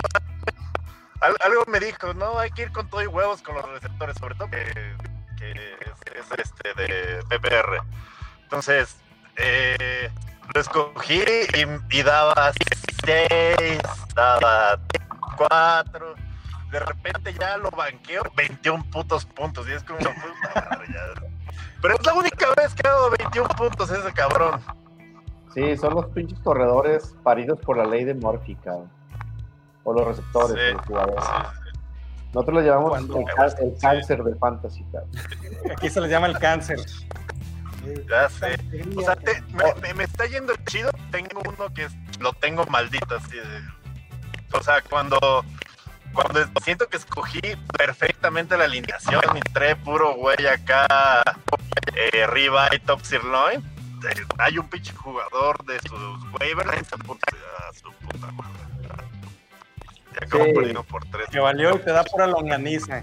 Speaker 5: Algo me dijo, no, hay que ir con todo y huevos con los receptores, sobre todo que es de PPR. Entonces, lo escogí y daba 6, daba 4. De repente ya lo banqueo 21 putos puntos. Y es como una puta madre ya. Pero es la única vez que ha dado 21 puntos ese cabrón.
Speaker 1: Sí, son los pinches corredores paridos por la ley de Murphy, cabrón. O los receptores,
Speaker 5: Sí,
Speaker 1: los jugadores.
Speaker 5: sí.
Speaker 1: Nosotros le llamamos el cáncer del fantasy, cabrón.
Speaker 2: Aquí se les llama el cáncer.
Speaker 5: Ya sé. O sea, me está yendo chido. Tengo uno que lo tengo maldito así de... O sea, cuando siento que escogí perfectamente la alineación y trae puro güey acá, ribeye top sirloin, hay un pinche jugador de sus waivers a su puta madre. Ya como perdido por 3.
Speaker 2: Que valió y te da pura longaniza.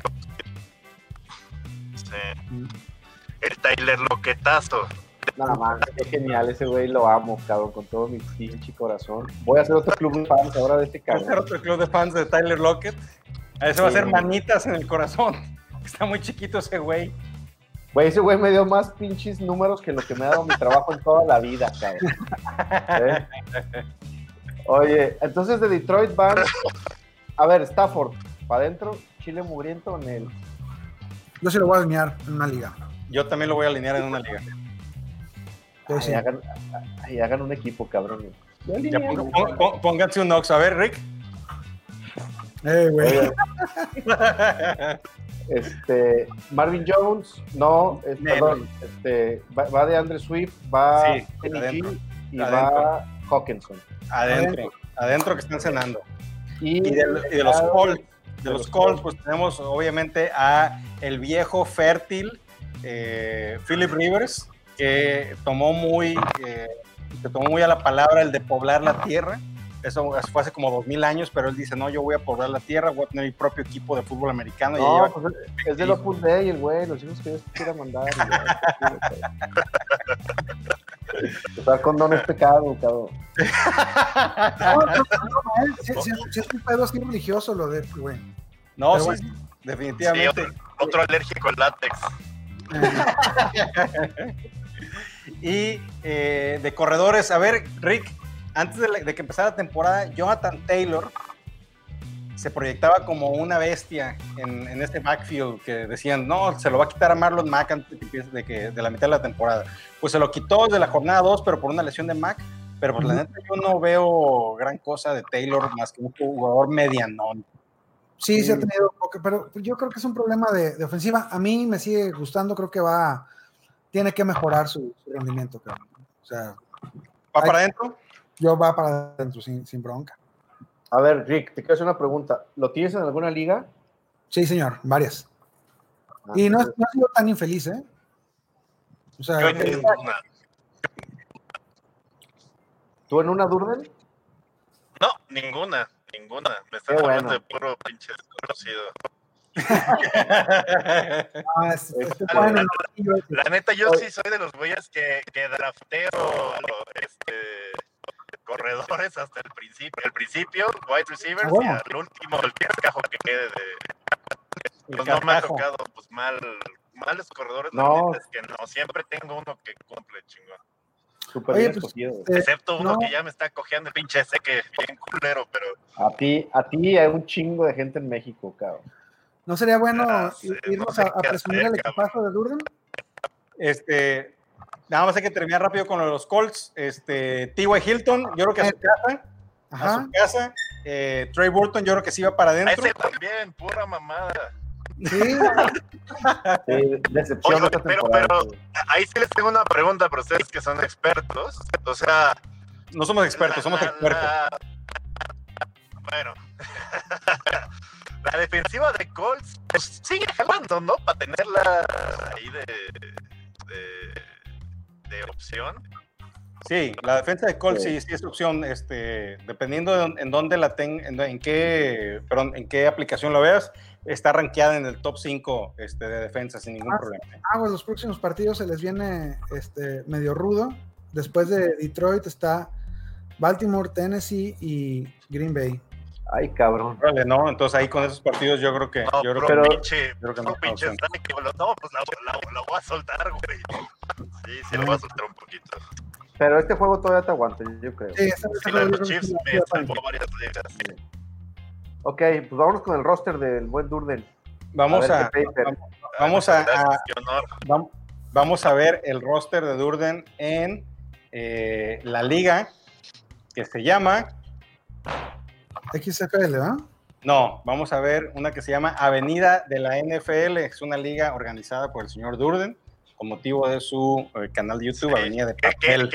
Speaker 5: Sí. El Tyler Loquetazo.
Speaker 1: Nada más, qué genial, ese güey lo amo, cabrón, con todo mi pinche corazón. Voy a hacer otro club de fans ahora de este
Speaker 2: ¿Vamos a hacer
Speaker 1: cabrón.
Speaker 2: otro club de fans de Tyler Lockett? A eso va a
Speaker 1: Sí.
Speaker 2: ser manitas en el corazón. Está muy chiquito ese güey.
Speaker 1: Güey, ese güey me dio más pinches números que lo que me ha dado mi trabajo en toda la vida, cabrón. ¿Eh? Oye, entonces de Detroit van. A ver, Stafford, para adentro, Chile mugriento en el.
Speaker 3: Yo sí lo voy a alinear en una liga.
Speaker 2: Yo también lo voy a alinear en una liga.
Speaker 3: Yo sí.
Speaker 1: Hagan un equipo, cabrón. Yo
Speaker 2: Ya
Speaker 1: alineo.
Speaker 2: pónganse un Ox. A ver, Rick.
Speaker 3: Güey.
Speaker 1: Oye, Marvin Jones, no, perdón, va de Andre Swift, va
Speaker 2: Sí,
Speaker 1: Kenny
Speaker 2: adentro.
Speaker 1: G y
Speaker 2: Adentro.
Speaker 1: va Hawkinson.
Speaker 2: Adentro que están cenando.
Speaker 1: Y
Speaker 2: Y de los Colts. De los Colts, pues tenemos obviamente a el viejo fértil Philip Rivers, que tomó muy a la palabra el de poblar la tierra. Eso fue hace como 2000 años, pero él dice, no, yo voy a poblar la tierra, voy a tener mi propio equipo de fútbol americano.
Speaker 1: No, pues es de Opus Dei, el güey, los hijos que Dios quiera mandar. Usar condón es pecado, cabrón.
Speaker 3: Si es un pedo así religioso lo de güey.
Speaker 2: No,
Speaker 3: Pero
Speaker 2: sí,
Speaker 3: bueno.
Speaker 2: sí, definitivamente.
Speaker 5: Sí, otro alérgico al látex.
Speaker 2: Y de corredores, a ver, Rick, antes de que empezara la temporada, Jonathan Taylor se proyectaba como una bestia en este backfield que decían, no, se lo va a quitar a Marlon Mack antes de que empiece de la mitad de la temporada. Pues se lo quitó desde la jornada 2, pero por una lesión de Mack. Pero pues la neta yo no veo gran cosa de Taylor más que un jugador medianón.
Speaker 3: Sí, se ha tenido poco, pero yo creo que es un problema de ofensiva. A mí me sigue gustando, creo que tiene que mejorar su rendimiento, creo. O sea,
Speaker 2: ¿Va para adentro?
Speaker 3: Yo va para adentro sin bronca.
Speaker 1: A ver, Rick, te quiero hacer una pregunta. ¿Lo tienes en alguna liga?
Speaker 3: Sí, señor, varias. Y no ha sido tan infeliz, ¿eh? O sea,
Speaker 5: Yo en ninguna.
Speaker 1: ¿Tú en una Durden?
Speaker 5: No, ninguna. Me están
Speaker 1: Qué
Speaker 5: hablando
Speaker 1: bueno.
Speaker 5: de puro pinche desconocido.
Speaker 3: bueno,
Speaker 5: La neta, yo sí soy de los güeyes que drafteo corredores hasta el principio, wide receivers, y al último el cascajo que quede de. Pues no me ha tocado pues malos corredores,
Speaker 1: No.
Speaker 5: es que no, siempre tengo uno que cumple, chingón.
Speaker 1: Súper bien escogido.
Speaker 5: Excepto uno que ya me está cojeando el pinche ese que bien culero, pero.
Speaker 1: A ti hay un chingo de gente en México, cabrón.
Speaker 3: ¿No sería bueno irnos
Speaker 5: no sé
Speaker 3: a
Speaker 5: qué
Speaker 3: presumir
Speaker 5: hacer,
Speaker 3: el equipazo de Durden?
Speaker 2: Nada más hay que terminar rápido con los Colts. T.Y. Hilton, yo creo que a su casa. Trey Burton, yo creo que sí va para adentro.
Speaker 5: A ese también, pura mamada.
Speaker 3: Sí.
Speaker 1: Decepción.
Speaker 5: Oye, pero ahí sí les tengo una pregunta para ustedes que son expertos. O sea,
Speaker 2: no somos expertos, somos expertos.
Speaker 5: Bueno, la defensiva de Colts pues, sigue jalando, ¿no? Para tenerla ahí de opción.
Speaker 2: Sí, la defensa de Colts sí es opción, dependiendo de en dónde en qué aplicación lo veas, está rankeada en el top 5 de defensa sin ningún problema.
Speaker 3: Pues los próximos partidos se les viene medio rudo. Después de Detroit está Baltimore, Tennessee y Green Bay.
Speaker 1: Ay, cabrón.
Speaker 2: Vale, no, entonces ahí con esos partidos yo creo que
Speaker 5: no,
Speaker 2: yo creo
Speaker 1: pero,
Speaker 5: pinche no, no, pues la voy a soltar, güey. Sí, la voy a soltar un poquito.
Speaker 1: Pero este juego todavía te aguanta, yo creo.
Speaker 3: Sí,
Speaker 5: la de los Chiefs me salvó varias ligas.
Speaker 1: Ok, pues vámonos con el roster del buen Durden.
Speaker 2: Vamos a ver el roster de Durden en la liga que se llama
Speaker 3: XFL, ¿verdad?
Speaker 2: No, vamos a ver una que se llama Avenida de la NFL. Es una liga organizada por el señor Durden con motivo de su canal de YouTube, sí, Avenida de Papel.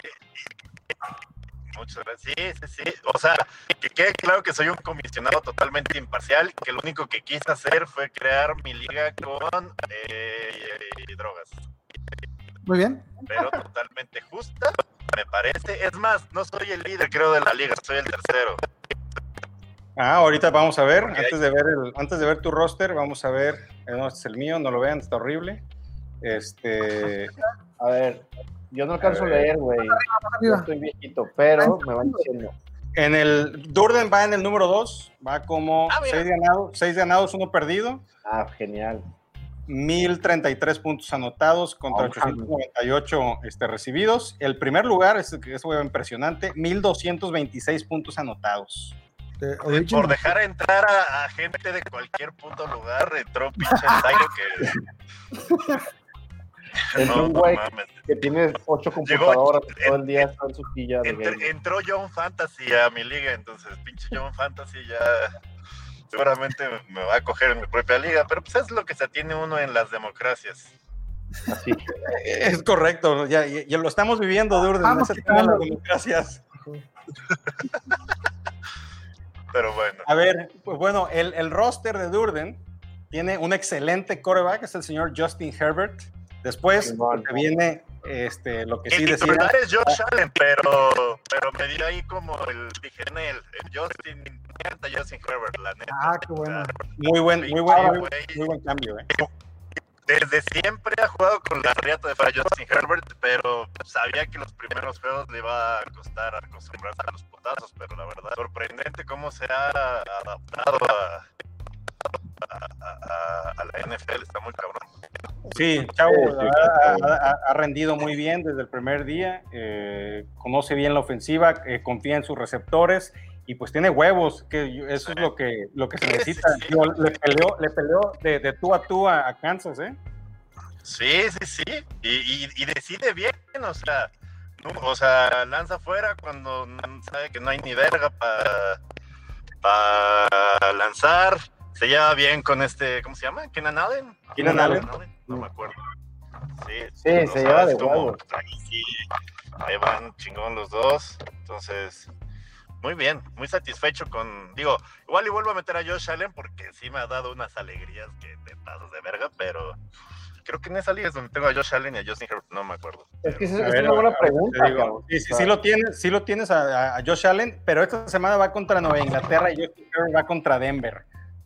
Speaker 5: Muchas gracias. Sí. O sea, que quede claro que soy un comisionado totalmente imparcial, que lo único que quise hacer fue crear mi liga con drogas.
Speaker 3: Muy bien.
Speaker 5: Pero totalmente justa, me parece. Es más, no soy el líder, creo, de la liga, soy el tercero.
Speaker 2: Ahorita vamos a ver, antes de ver tu roster, vamos a ver, no, este es el mío, no lo vean, está horrible.
Speaker 1: A ver, yo no alcanzo a leer, güey. Yo estoy viejito, pero me van diciendo.
Speaker 2: En el Durden va en el número 2, va como
Speaker 5: mira.
Speaker 2: 6 ganados, 1 perdido.
Speaker 1: Genial.
Speaker 2: 1033 puntos anotados contra 898 recibidos. El primer lugar, eso fue impresionante, 1226 puntos anotados.
Speaker 5: Por dejar entrar a gente de cualquier puto lugar, entró pinche Tyro que...
Speaker 1: Es un güey que tiene 8 computadoras todo el día, está en su silla de
Speaker 5: entró John Fantasy a mi liga, entonces pinche John Fantasy ya seguramente me va a coger en mi propia liga, pero pues es lo que se tiene uno en las democracias.
Speaker 1: Así.
Speaker 2: Es correcto, ya lo estamos viviendo, Durden.
Speaker 3: Vamos,
Speaker 2: las democracias.
Speaker 5: Pero bueno.
Speaker 2: A ver, pues bueno, el roster de Durden tiene un excelente quarterback, es el señor Justin Herbert. Después viene lo que sí
Speaker 5: el
Speaker 2: decía.
Speaker 5: titular es Josh Allen, pero me dio ahí como dije en el Justin Herbert, la neta.
Speaker 3: Qué bueno.
Speaker 2: Muy buen cambio,
Speaker 5: Desde siempre ha jugado con la riata de fuera Justin Herbert, pero sabía que los primeros juegos le iba a costar acostumbrarse a los putazos, pero la verdad, sorprendente cómo se ha adaptado a la NFL, está muy cabrón.
Speaker 2: Sí, Chavo ha rendido muy bien desde el primer día, conoce bien la ofensiva, confía en sus receptores y pues tiene huevos, que eso es lo que se necesita.
Speaker 5: Sí.
Speaker 2: Le peleó de tú a Kansas,
Speaker 5: Sí, y decide bien, o sea, lanza fuera cuando sabe que no hay ni verga para lanzar. Se lleva bien con ¿cómo se llama? ¿Keenan Allen? No me acuerdo. Sí,
Speaker 1: se lleva de huevo.
Speaker 5: Ahí van chingón los dos. Entonces, muy bien, muy satisfecho igual y vuelvo a meter a Josh Allen porque sí me ha dado unas alegrías que te pasas de verga, pero creo que en esa liga es donde tengo a Josh Allen y a Justin Herbert, no me acuerdo.
Speaker 1: Es que es una buena pregunta, cabrón.
Speaker 2: Sí lo tienes a Josh Allen, pero esta semana va contra Nueva Inglaterra y Justin Herbert va contra Denver.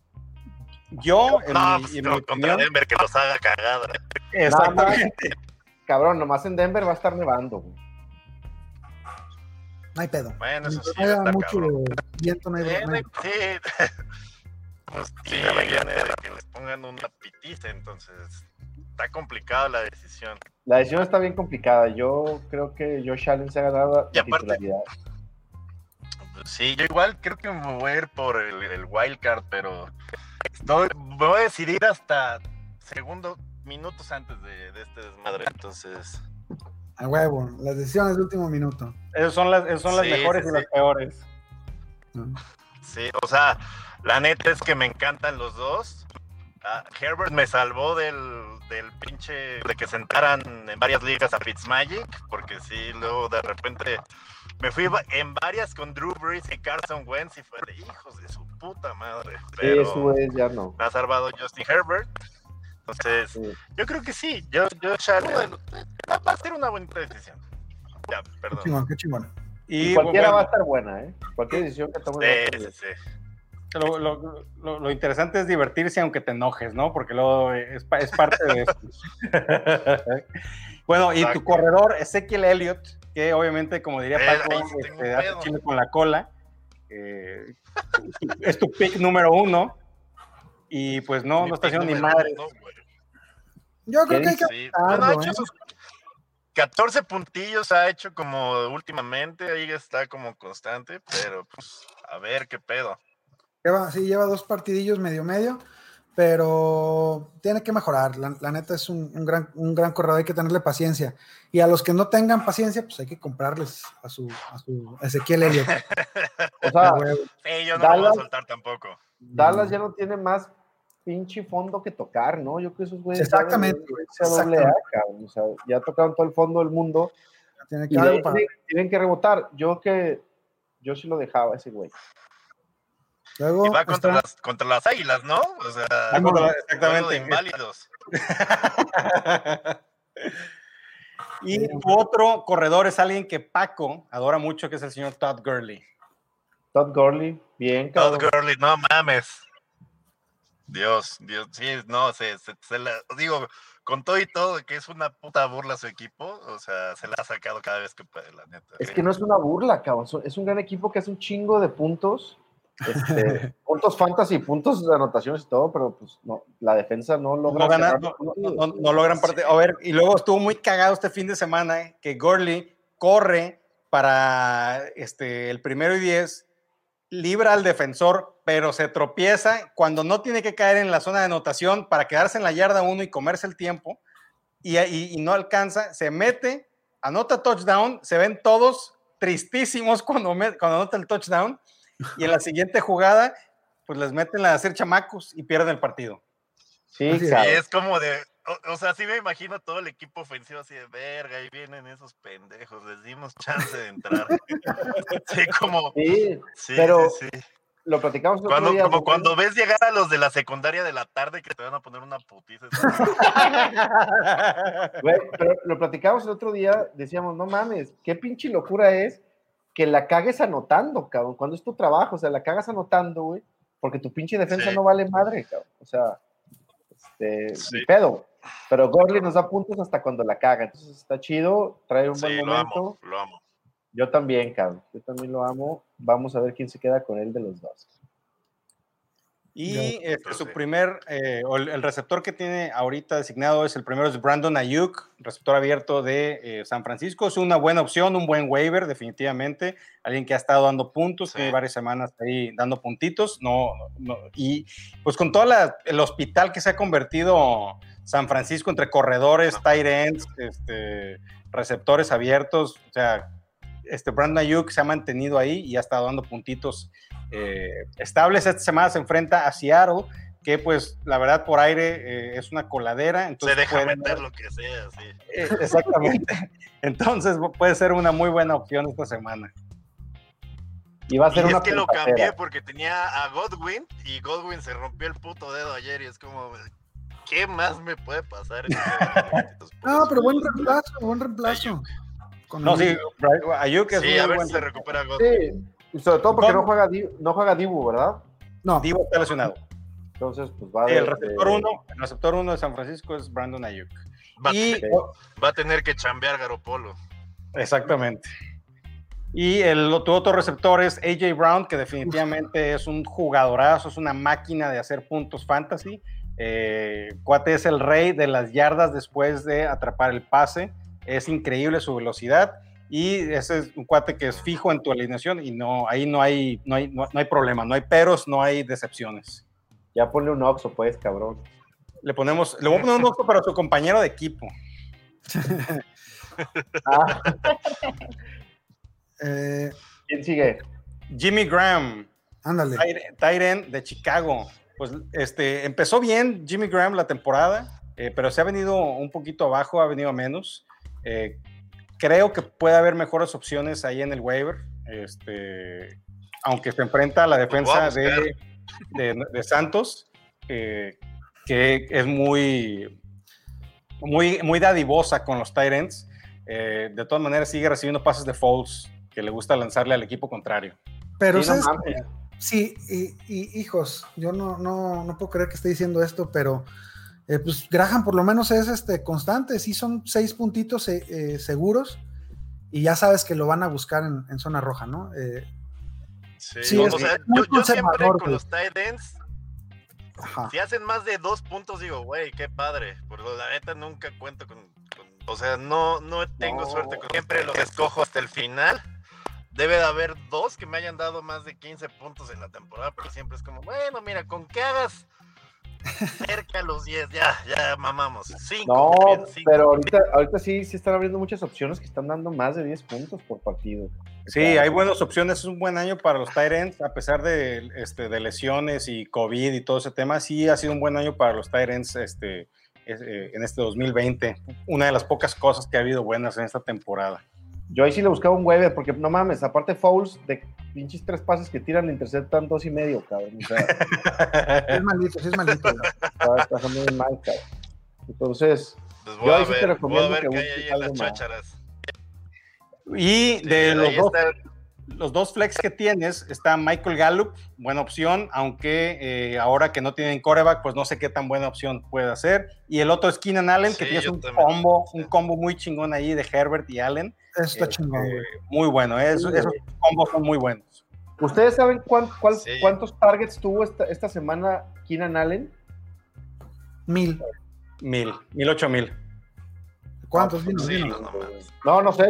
Speaker 5: Contra Denver que los haga cagada.
Speaker 2: Exactamente.
Speaker 1: Cabrón, nomás en Denver va a estar nevando, güey.
Speaker 3: No hay pedo.
Speaker 5: Bueno, eso sí,
Speaker 3: está mucho viento, no hay
Speaker 5: Sí. Pues sí, viene de que les pongan una pitiza, entonces está complicada la decisión.
Speaker 1: La decisión está bien complicada. Yo creo que Josh Allen se ha ganado la titularidad.
Speaker 5: Pues sí, yo igual creo que me voy a ir por el wild card, pero me voy a decidir hasta minutos antes de este desmadre, entonces...
Speaker 3: A huevo, las decisiones de último minuto.
Speaker 2: Esas son las mejores y las peores.
Speaker 5: Sí, o sea, la neta es que me encantan los dos. Herbert me salvó del pinche de que sentaran en varias ligas a Fitzmagic, porque sí, luego de repente me fui en varias con Drew Brees y Carson Wentz y fue de hijos de su puta madre. Pero
Speaker 1: eso es, ya no.
Speaker 5: Me ha salvado Justin Herbert. Entonces, yo creo que sí. Yo va a ser una bonita decisión. Ya, perdón.
Speaker 3: Qué chingón.
Speaker 1: Y cualquiera va a estar buena, ¿eh? Cualquier decisión que tomes.
Speaker 5: Sí.
Speaker 2: Lo interesante es divertirse aunque te enojes, ¿no? Porque luego es parte de esto. Bueno, y tu corredor, Ezekiel Elliott, que obviamente, como diría Paco, hace chile con la cola. Es tu pick número 1. Y pues no está haciendo ni madre.
Speaker 3: Yo creo que hay que...
Speaker 5: Bueno, ha hecho sus 14 puntillos, ha hecho como últimamente, ahí está como constante, pero pues a ver qué pedo.
Speaker 3: Lleva 2 partidillos medio, pero tiene que mejorar. La neta es un gran corredor, hay que tenerle paciencia. Y a los que no tengan paciencia, pues hay que comprarles a su Ezequiel Elliott.
Speaker 1: O sea,
Speaker 5: sí, yo no lo voy a soltar tampoco.
Speaker 1: Dallas ya no tiene más pinche fondo que tocar, ¿no? Yo creo que esos güeyes
Speaker 3: exactamente.
Speaker 1: O sea, ya tocaron todo el fondo del mundo. Tienen que rebotar. Yo sí lo dejaba ese güey.
Speaker 3: Luego,
Speaker 5: y va contra las Águilas, ¿no? O sea,
Speaker 2: exactamente.
Speaker 5: De inválidos.
Speaker 2: Y tu otro corredor es alguien que Paco adora mucho, que es el señor Todd Gurley.
Speaker 1: Todd Gurley, bien, cabrón.
Speaker 5: Todd Gurley, no mames. Dios, sí, no, digo, con todo y todo, que es una puta burla su equipo, o sea, se la ha sacado cada vez que puede, la neta.
Speaker 1: Es que no es una burla, cabrón. Es un gran equipo que hace un chingo de puntos. Puntos fantasy, puntos de anotaciones y todo, pero pues no, la defensa no logra.
Speaker 2: No logran parte. A ver, y luego estuvo muy cagado este fin de semana que Gurley corre para el 1st y 10, libra al defensor, pero se tropieza cuando no tiene que caer en la zona de anotación para quedarse en la yarda 1 y comerse el tiempo, y no alcanza, se mete, anota touchdown, se ven todos tristísimos cuando anota el touchdown, y en la siguiente jugada, pues les meten a hacer chamacos y pierden el partido.
Speaker 1: Sí,
Speaker 5: claro. Es como de, o sea, sí me imagino todo el equipo ofensivo así de verga, ahí vienen esos pendejos, les dimos chance de entrar. Sí, como...
Speaker 1: Sí, pero lo platicamos
Speaker 5: otro día. Como cuando ves llegar a los de la secundaria de la tarde que te van a poner una putiza.
Speaker 1: Pero lo platicamos el otro día, decíamos, no mames, qué pinche locura es que la cagues anotando, cabrón, cuando es tu trabajo, o sea, la cagas anotando, güey, porque tu pinche defensa no vale madre, cabrón, o sea, ni pedo, pero Gurley nos da puntos hasta cuando la caga, entonces está chido, trae un buen momento.
Speaker 5: Lo amo.
Speaker 1: Yo también, cabrón, yo también lo amo, vamos a ver quién se queda con él de los dos.
Speaker 2: Y su primer, el receptor que tiene ahorita designado el primero es Brandon Ayuk, receptor abierto de San Francisco. Es una buena opción, un buen waiver, definitivamente. Alguien que ha estado dando puntos, tiene varias semanas ahí dando puntitos. Y pues con todo el hospital que se ha convertido San Francisco entre corredores, tight ends, receptores abiertos, o sea, Brandon Ayuk se ha mantenido ahí y ha estado dando puntitos estables. Esta semana se enfrenta a Seattle, que pues la verdad por aire es una coladera. Entonces
Speaker 5: se deja meter lo que sea, sí.
Speaker 2: Exactamente. Entonces puede ser una muy buena opción esta semana.
Speaker 1: Y va a ser
Speaker 5: es que lo cambié porque tenía a Godwin y Godwin se rompió el puto dedo ayer y es como, ¿qué más me puede pasar?
Speaker 3: No, pero buen reemplazo.
Speaker 2: No, sí, Ayuk es
Speaker 5: sí, a ver si se recupera Godwin.
Speaker 1: Sí. Y sobre todo porque no juega Dibu, ¿verdad?
Speaker 2: No. Dibu está lesionado.
Speaker 1: Entonces, pues va
Speaker 2: el receptor 1 de San Francisco es Brandon Ayuk.
Speaker 5: Va a tener que chambear Garoppolo.
Speaker 2: Exactamente. Y tu otro receptor es A.J. Brown, que definitivamente es un jugadorazo, es una máquina de hacer puntos fantasy. Cuate es el rey de las yardas después de atrapar el pase. Es increíble su velocidad. Y ese es un cuate que es fijo en tu alineación y ahí no hay problema, no hay peros, no hay decepciones.
Speaker 1: Ya ponle un Oxxo, pues, cabrón.
Speaker 2: Le voy a poner un Oxxo para su compañero de equipo.
Speaker 1: ¿Quién sigue?
Speaker 2: Jimmy Graham.
Speaker 3: Ándale.
Speaker 2: Tight end de Chicago. Pues empezó bien Jimmy Graham la temporada, pero se ha venido un poquito abajo, ha venido a menos. Creo que puede haber mejores opciones ahí en el waiver, aunque se enfrenta a la defensa de Santos, que es muy, muy, muy dadivosa con los tight ends. De todas maneras sigue recibiendo pases de Foles, que le gusta lanzarle al equipo contrario.
Speaker 3: Pero sí, hijos, yo no puedo creer que esté diciendo esto, pero pues Graham por lo menos es constante, sí son 6 puntitos seguros y ya sabes que lo van a buscar en zona roja, ¿no?
Speaker 5: Sí, o sea, yo siempre con los tight ends, si hacen más de 2 puntos digo, güey, qué padre, porque la neta nunca cuento con o sea, no tengo suerte, siempre los escojo hasta el final. Debe de haber 2 que me hayan dado más de 15 puntos en la temporada, pero siempre es como, bueno, mira, con que hagas cerca a los 10, ya mamamos. 5.
Speaker 1: No, pero ahorita sí están abriendo muchas opciones que están dando más de 10 puntos por partido.
Speaker 2: Sí, hay buenas opciones, es un buen año para los tight ends, a pesar de lesiones y COVID y todo ese tema, sí ha sido un buen año para los tight ends en este 2020. Una de las pocas cosas que ha habido buenas en esta temporada.
Speaker 1: Yo ahí sí le buscaba un waiver, porque no mames, aparte Foles, de pinches 3 pases que tiran, le interceptan 2.5, cabrón. O sea,
Speaker 3: es malito.
Speaker 1: Está muy mal, cabrón. Entonces,
Speaker 5: pues
Speaker 1: yo ahí sí te recomiendo
Speaker 5: que
Speaker 1: busques
Speaker 5: hay ahí en las chácharas.
Speaker 2: Y de los dos, los dos flex que tienes, está Michael Gallup, buena opción, aunque ahora que no tienen quarterback, pues no sé qué tan buena opción puede hacer. Y el otro es Keenan Allen, que tienes un combo muy chingón ahí de Herbert y Allen.
Speaker 3: Está chingón, güey.
Speaker 2: Muy bueno, esos combos son muy buenos.
Speaker 1: ¿Ustedes saben cuántos targets tuvo esta semana Keenan Allen?
Speaker 3: 1000.
Speaker 2: 8,000.
Speaker 3: ¿Cuántos?
Speaker 5: No sé.
Speaker 1: No lo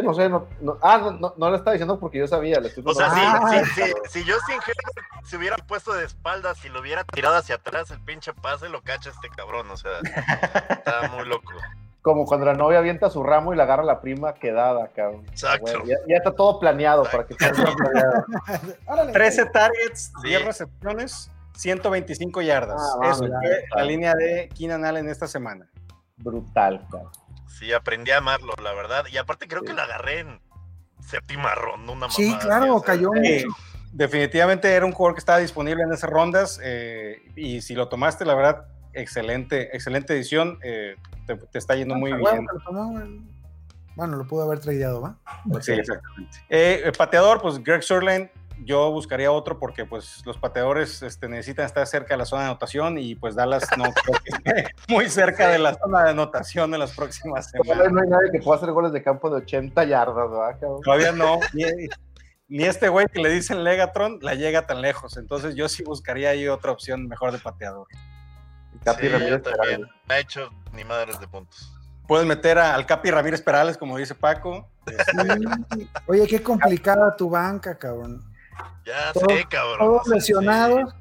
Speaker 1: estaba diciendo porque yo sabía.
Speaker 5: O sea, si Justin Herbert se hubiera puesto de espaldas y lo hubiera tirado hacia atrás, el pinche pase lo cacha este cabrón, o sea, está muy loco.
Speaker 1: Como cuando la novia avienta su ramo y la agarra la prima quedada, cabrón.
Speaker 5: Exacto.
Speaker 1: Bueno, ya está todo planeado para que esté planeado.
Speaker 2: 13 targets, 10 recepciones, 125 yardas. Eso fue la línea de Keenan Allen esta semana.
Speaker 1: Brutal, cabrón.
Speaker 5: Sí, aprendí a amarlo, la verdad. Y aparte creo que lo agarré en séptima ronda, una mamada.
Speaker 3: Sí, claro, cayó mucho.
Speaker 2: Definitivamente era un jugador que estaba disponible en esas rondas y si lo tomaste, la verdad, excelente edición. Te está yendo muy bien.
Speaker 3: Bueno, lo pudo haber tradeado, ¿va?
Speaker 2: Sí, exactamente. Pateador, pues Greg Zuerlein, yo buscaría otro porque pues los pateadores necesitan estar cerca de la zona de anotación y pues Dallas no creo que esté muy cerca de la zona de anotación en las próximas semanas.
Speaker 1: No hay nadie que pueda hacer goles de campo de 80 yardas, ¿verdad, cabrón?
Speaker 2: Todavía no, ni este güey que le dicen Legatron la llega tan lejos, entonces yo sí buscaría ahí otra opción mejor de pateador.
Speaker 5: Capi Ramírez también ha hecho ni madres de puntos.
Speaker 2: Puedes meter al Capi Ramírez Perales, como dice Paco.
Speaker 3: Oye, qué complicada tu banca, cabrón.
Speaker 5: Ya sé, cabrón.
Speaker 3: Todos lesionados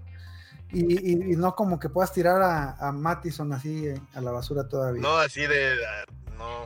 Speaker 3: y no como que puedas tirar a Mattison así a la basura todavía.
Speaker 5: No, así de... No.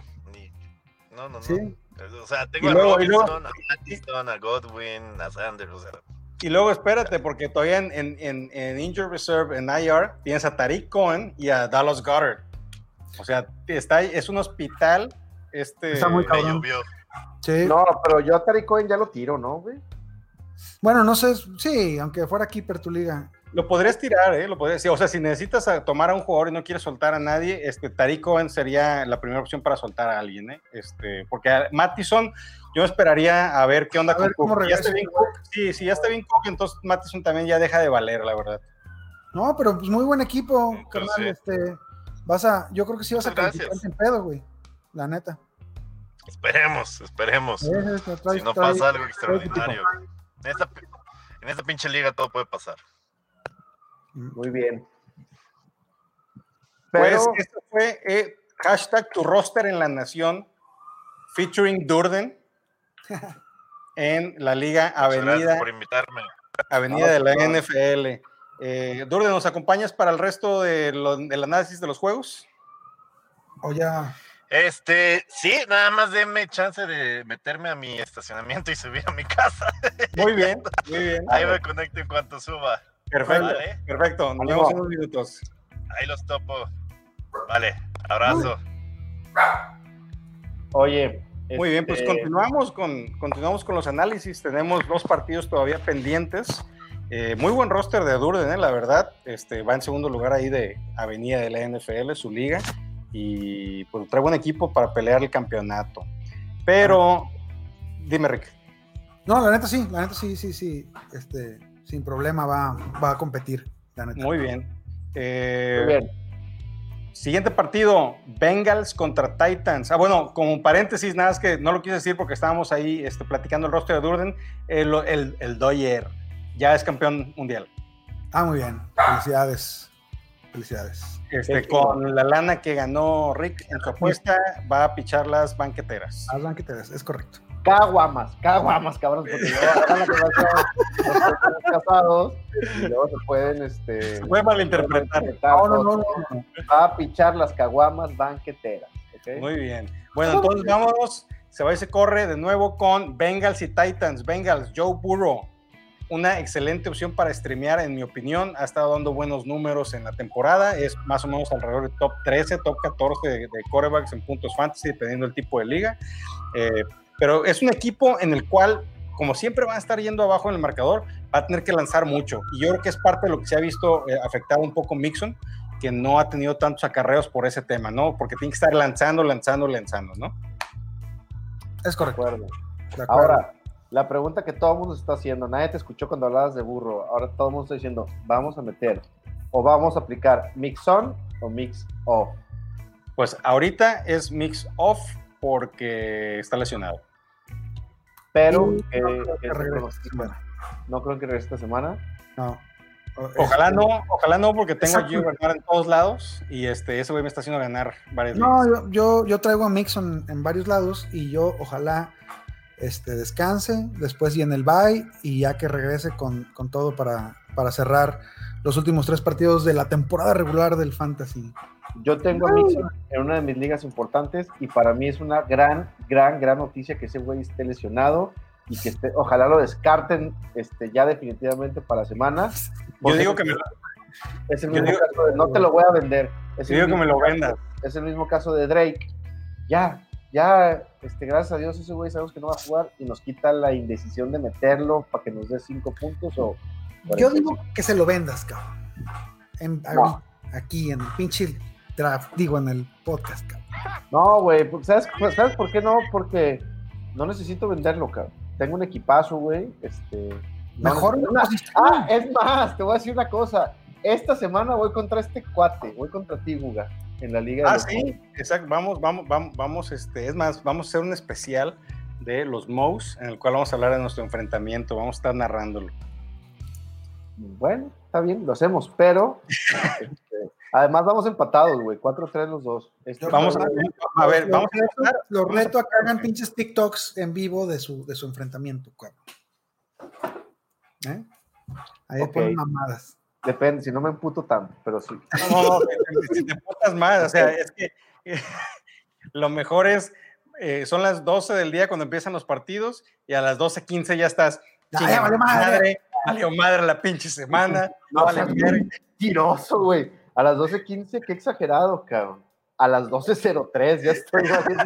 Speaker 3: ¿Sí?
Speaker 5: O sea, tengo a Robinson, a Mattison, a Godwin, a Sanders, o sea...
Speaker 2: Y luego espérate, porque todavía en Injured Reserve, en IR, tienes a Tariq Cohen y a Dallas Goedert. O sea, es un hospital.
Speaker 3: Está muy cabrón.
Speaker 1: Sí. No, pero yo a Tariq Cohen ya lo tiro, ¿no, güey?
Speaker 3: Bueno, no sé, sí, aunque fuera keeper tu liga.
Speaker 2: Lo podrías tirar, lo podrías, sí, o sea, si necesitas tomar a un jugador y no quieres soltar a nadie, Tariq Cohen sería la primera opción para soltar a alguien, porque a Mattison yo esperaría a ver qué onda con Cook. Ya está bien Cook. Sí, ya está bien Cook, entonces Mattison también ya deja de valer, la verdad.
Speaker 3: No, pero pues muy buen equipo, carnal, yo creo que sí vas a calificar sin pedo, güey, la neta.
Speaker 5: Esperemos. Si no pasa algo extraordinario. En esta pinche liga todo puede pasar.
Speaker 1: Muy bien.
Speaker 2: Pues esto fue hashtag tu roster en la nación featuring Durden en la liga Avenida.
Speaker 5: Por invitarme.
Speaker 2: Avenida de la NFL. Durden, ¿nos acompañas para el resto del análisis de los juegos?
Speaker 3: O ya.
Speaker 5: Sí, nada más denme chance de meterme a mi estacionamiento y subir a mi casa.
Speaker 2: Muy bien.
Speaker 5: Ahí me conecto en cuanto suba.
Speaker 2: Perfecto. Nos vemos en unos minutos.
Speaker 5: Ahí los topo. Vale, abrazo.
Speaker 1: Oye.
Speaker 2: Muy bien, pues continuamos con los análisis. Tenemos 2 partidos todavía pendientes. Muy buen roster de Durden, la verdad. Va en segundo lugar ahí de Avenida de la NFL, su liga. Y pues trae buen equipo para pelear el campeonato. Pero, dime, Rick.
Speaker 3: No, la neta sí. Sin problema va a competir, la neta.
Speaker 2: Muy bien.
Speaker 1: Muy bien.
Speaker 2: Siguiente partido, Bengals contra Titans. Bueno, como paréntesis, nada más que no lo quise decir porque estábamos ahí platicando el roster de Durden. El Dodger ya es campeón mundial.
Speaker 3: Muy bien. Felicidades.
Speaker 2: Con la lana que ganó Rick en su apuesta, va a pichar las banqueteras.
Speaker 3: Las banqueteras, es correcto.
Speaker 1: Caguamas, cabrón, porque luego hagan la conversación los casados y luego se pueden
Speaker 2: se puede malinterpretar.
Speaker 1: No. Va a pichar las caguamas banqueteras. ¿Okay?
Speaker 2: Muy bien. Bueno, entonces vámonos. Se va y se corre de nuevo con Bengals y Titans. Bengals, Joe Burrow. Una excelente opción para streamear, en mi opinión. Ha estado dando buenos números en la temporada. Es más o menos alrededor de top 13, top 14 de quarterbacks en puntos fantasy, dependiendo del tipo de liga. Pero es un equipo en el cual, como siempre van a estar yendo abajo en el marcador, va a tener que lanzar mucho. Y yo creo que es parte de lo que se ha visto afectado un poco Mixon, que no ha tenido tantos acarreos por ese tema, ¿no? Porque tiene que estar lanzando, ¿no?
Speaker 3: Es correcto.
Speaker 1: Ahora, La pregunta que todo el mundo está haciendo, nadie te escuchó cuando hablabas de burro, ahora todo el mundo está diciendo, vamos a meter o vamos a aplicar mix on o mix off.
Speaker 2: Pues ahorita es mix off porque está lesionado.
Speaker 1: Pero
Speaker 3: No creo que regrese esta semana.
Speaker 1: no creo que regrese esta semana.
Speaker 3: No.
Speaker 2: Ojalá no, porque tengo a Gio Bernard en todos lados y ese güey me está haciendo ganar varias ligas.
Speaker 3: No, yo traigo a Mixon en varios lados y yo ojalá descanse después y en el bye y ya que regrese con todo para cerrar los últimos 3 partidos de la temporada regular del Fantasy.
Speaker 1: Yo tengo a Mixon en una de mis ligas importantes y para mí es una gran noticia que ese güey esté lesionado y que ojalá lo descarten ya definitivamente para la semana.
Speaker 2: Yo digo que
Speaker 1: es el mismo caso de no te lo voy a vender.
Speaker 2: Yo digo que me lo vendas.
Speaker 1: Es el mismo caso de Drake. Ya, gracias a Dios ese güey sabemos que no va a jugar y nos quita la indecisión de meterlo para que nos dé 5 puntos o...
Speaker 3: Yo digo que se lo vendas, cabrón. Aquí en el pinche draft, digo en el podcast, cabrón.
Speaker 1: No, güey, ¿sabes por qué no? Porque no necesito venderlo, cabrón. Tengo un equipazo, güey.
Speaker 3: Mejor
Speaker 1: no, es más, te voy a decir una cosa. Esta semana voy contra este cuate, voy contra ti, Guga, en la liga.
Speaker 2: Sí, exacto. Vamos, es más, vamos a hacer un especial de los Moes, en el cual vamos a hablar de nuestro enfrentamiento, vamos a estar narrándolo.
Speaker 1: Bueno, está bien, lo hacemos, pero además vamos empatados, güey, 4-3 los dos.
Speaker 2: Vamos a ver,
Speaker 3: los reto a que hagan pinches TikToks en vivo de su enfrentamiento, cabrón. Ahí ponen mamadas.
Speaker 1: Depende, si no me emputo tanto, pero sí.
Speaker 2: No, si te emputas más, o sea, es que lo mejor es, son las 12 del día cuando empiezan los partidos y a las 12:15 ya estás, valió madre la pinche semana.
Speaker 1: No, vale, mentiroso, güey. A las 12:15, qué exagerado, cabrón. A las 12:03 ya estoy.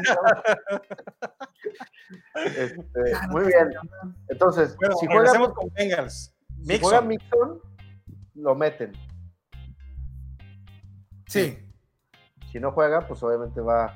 Speaker 1: Muy bien. Entonces,
Speaker 2: bueno,
Speaker 1: si juega
Speaker 2: con Bengals,
Speaker 1: Mixon, lo meten.
Speaker 3: Sí.
Speaker 1: Si no juega, pues obviamente va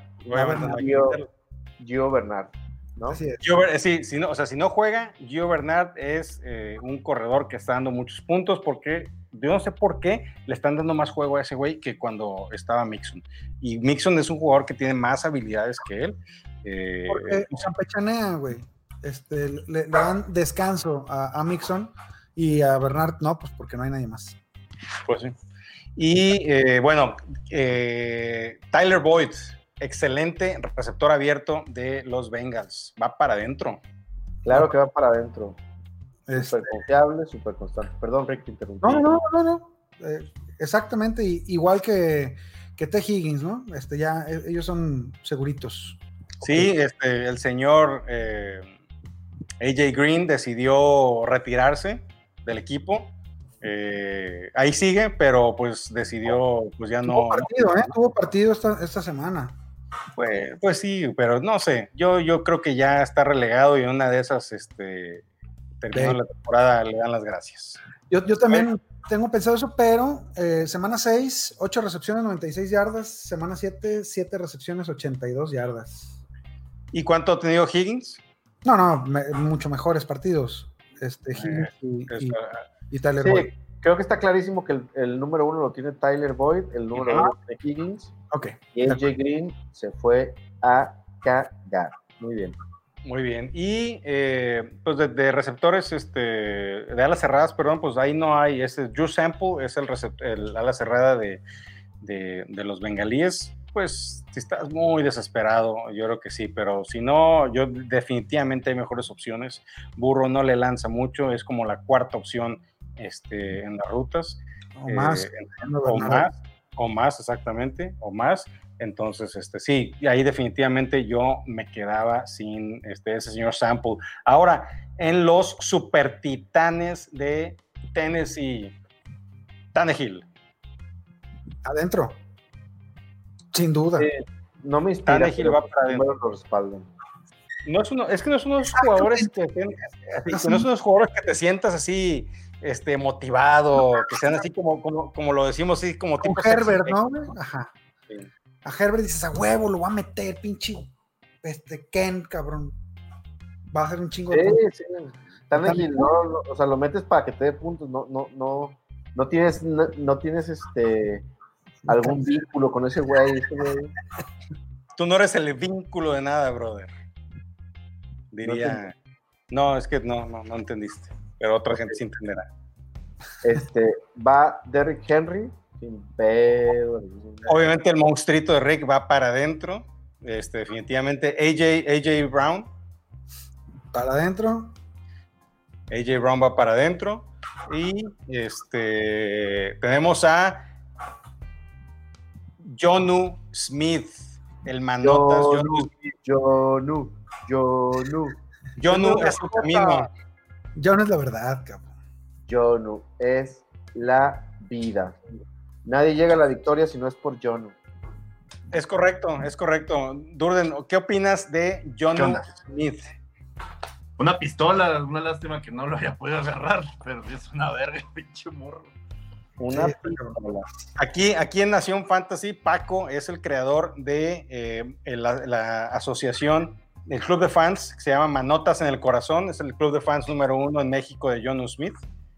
Speaker 1: Gio Bernard, ¿no?
Speaker 3: Así es.
Speaker 2: Si no juega, Gio Bernard es un corredor que está dando muchos puntos porque yo no sé por qué le están dando más juego a ese güey que cuando estaba Mixon. Y Mixon es un jugador que tiene más habilidades que él.
Speaker 3: Porque campechanea, güey. Le dan descanso a Mixon y a Bernard no, pues porque no hay nadie más.
Speaker 2: Pues sí. Y Tyler Boyd, excelente receptor abierto de los Bengals. Va para adentro.
Speaker 1: Claro que va para adentro. Súper confiable, súper constante. Perdón, Rick, te interrumpí.
Speaker 3: No. Exactamente, igual que T. Higgins, ¿no? Ellos son seguritos.
Speaker 2: Sí, el señor AJ Green decidió retirarse del equipo. Ahí sigue, pero pues decidió, pues ya no.
Speaker 3: Tuvo partido esta semana.
Speaker 2: Pues sí, pero no sé. Yo creo que ya está relegado y en una de esas, terminó la temporada, le dan las gracias.
Speaker 3: Yo también tengo pensado eso, pero semana 6, 8 recepciones, 96 yardas. Semana 7, 7 recepciones, 82 yardas.
Speaker 2: ¿Y cuánto ha tenido Higgins?
Speaker 3: No, mucho mejores partidos. Higgins y Tyler Boyd.
Speaker 1: Creo que está clarísimo que el número 1 lo tiene Tyler Boyd, el número 2 lo tiene Higgins.
Speaker 3: Okay.
Speaker 1: Y AJ Green se fue a cagar. Muy bien.
Speaker 2: Muy bien. Y pues de receptores, de alas cerradas, perdón, pues ahí no hay. Drew Sample es el ala cerrada de los bengalíes. Pues si estás muy desesperado, yo creo que sí, pero si no, yo definitivamente hay mejores opciones. Burrow no le lanza mucho, es como la cuarta opción en las rutas. O más, exactamente, o más. Entonces, sí, ahí definitivamente yo me quedaba sin ese señor Sample. Ahora, en los super titanes de Tennessee, Tannehill.
Speaker 3: Adentro. Sin duda.
Speaker 1: No me inspira.
Speaker 2: Tannehill va para adentro.
Speaker 1: Lo respaldan.
Speaker 2: Es que no son unos jugadores que te sientas así, motivado, que sean así como lo decimos, así como tipo
Speaker 3: Herbert, ¿no? Ajá.
Speaker 2: Sí.
Speaker 3: A Herbert dices, a huevo, lo va a meter, pinche Ken, cabrón. va a hacer un chingo de puntos.
Speaker 1: Sí. Tannehill, no, o sea, lo metes para que te dé puntos, no tienes algún vínculo con ese güey.
Speaker 2: Tú no eres el vínculo de nada, brother. Diría. No, es que no entendiste. Pero otra gente sí entenderá.
Speaker 1: Va Derrick Henry, sin pedo.
Speaker 2: Obviamente el monstruito de Rick va para adentro. Definitivamente AJ Brown.
Speaker 3: Para adentro.
Speaker 2: AJ Brown va para adentro. Y tenemos a Jonnu Smith, el manotas. Jonnu es el camino.
Speaker 3: Jonnu es la verdad, cabrón.
Speaker 1: Jonnu es la vida. Nadie llega a la victoria si no es por Jonnu.
Speaker 2: Es correcto. Durden, ¿qué opinas de Jonnu Smith?
Speaker 6: Una pistola, una lástima que no lo haya podido agarrar, pero sí es una verga, pinche morro.
Speaker 1: Una pistola.
Speaker 2: Aquí en Nación Fantasy, Paco es el creador de la asociación, el club de fans, que se llama Manotas en el Corazón. Es el club de fans número 1 en México de Jonnu Smith.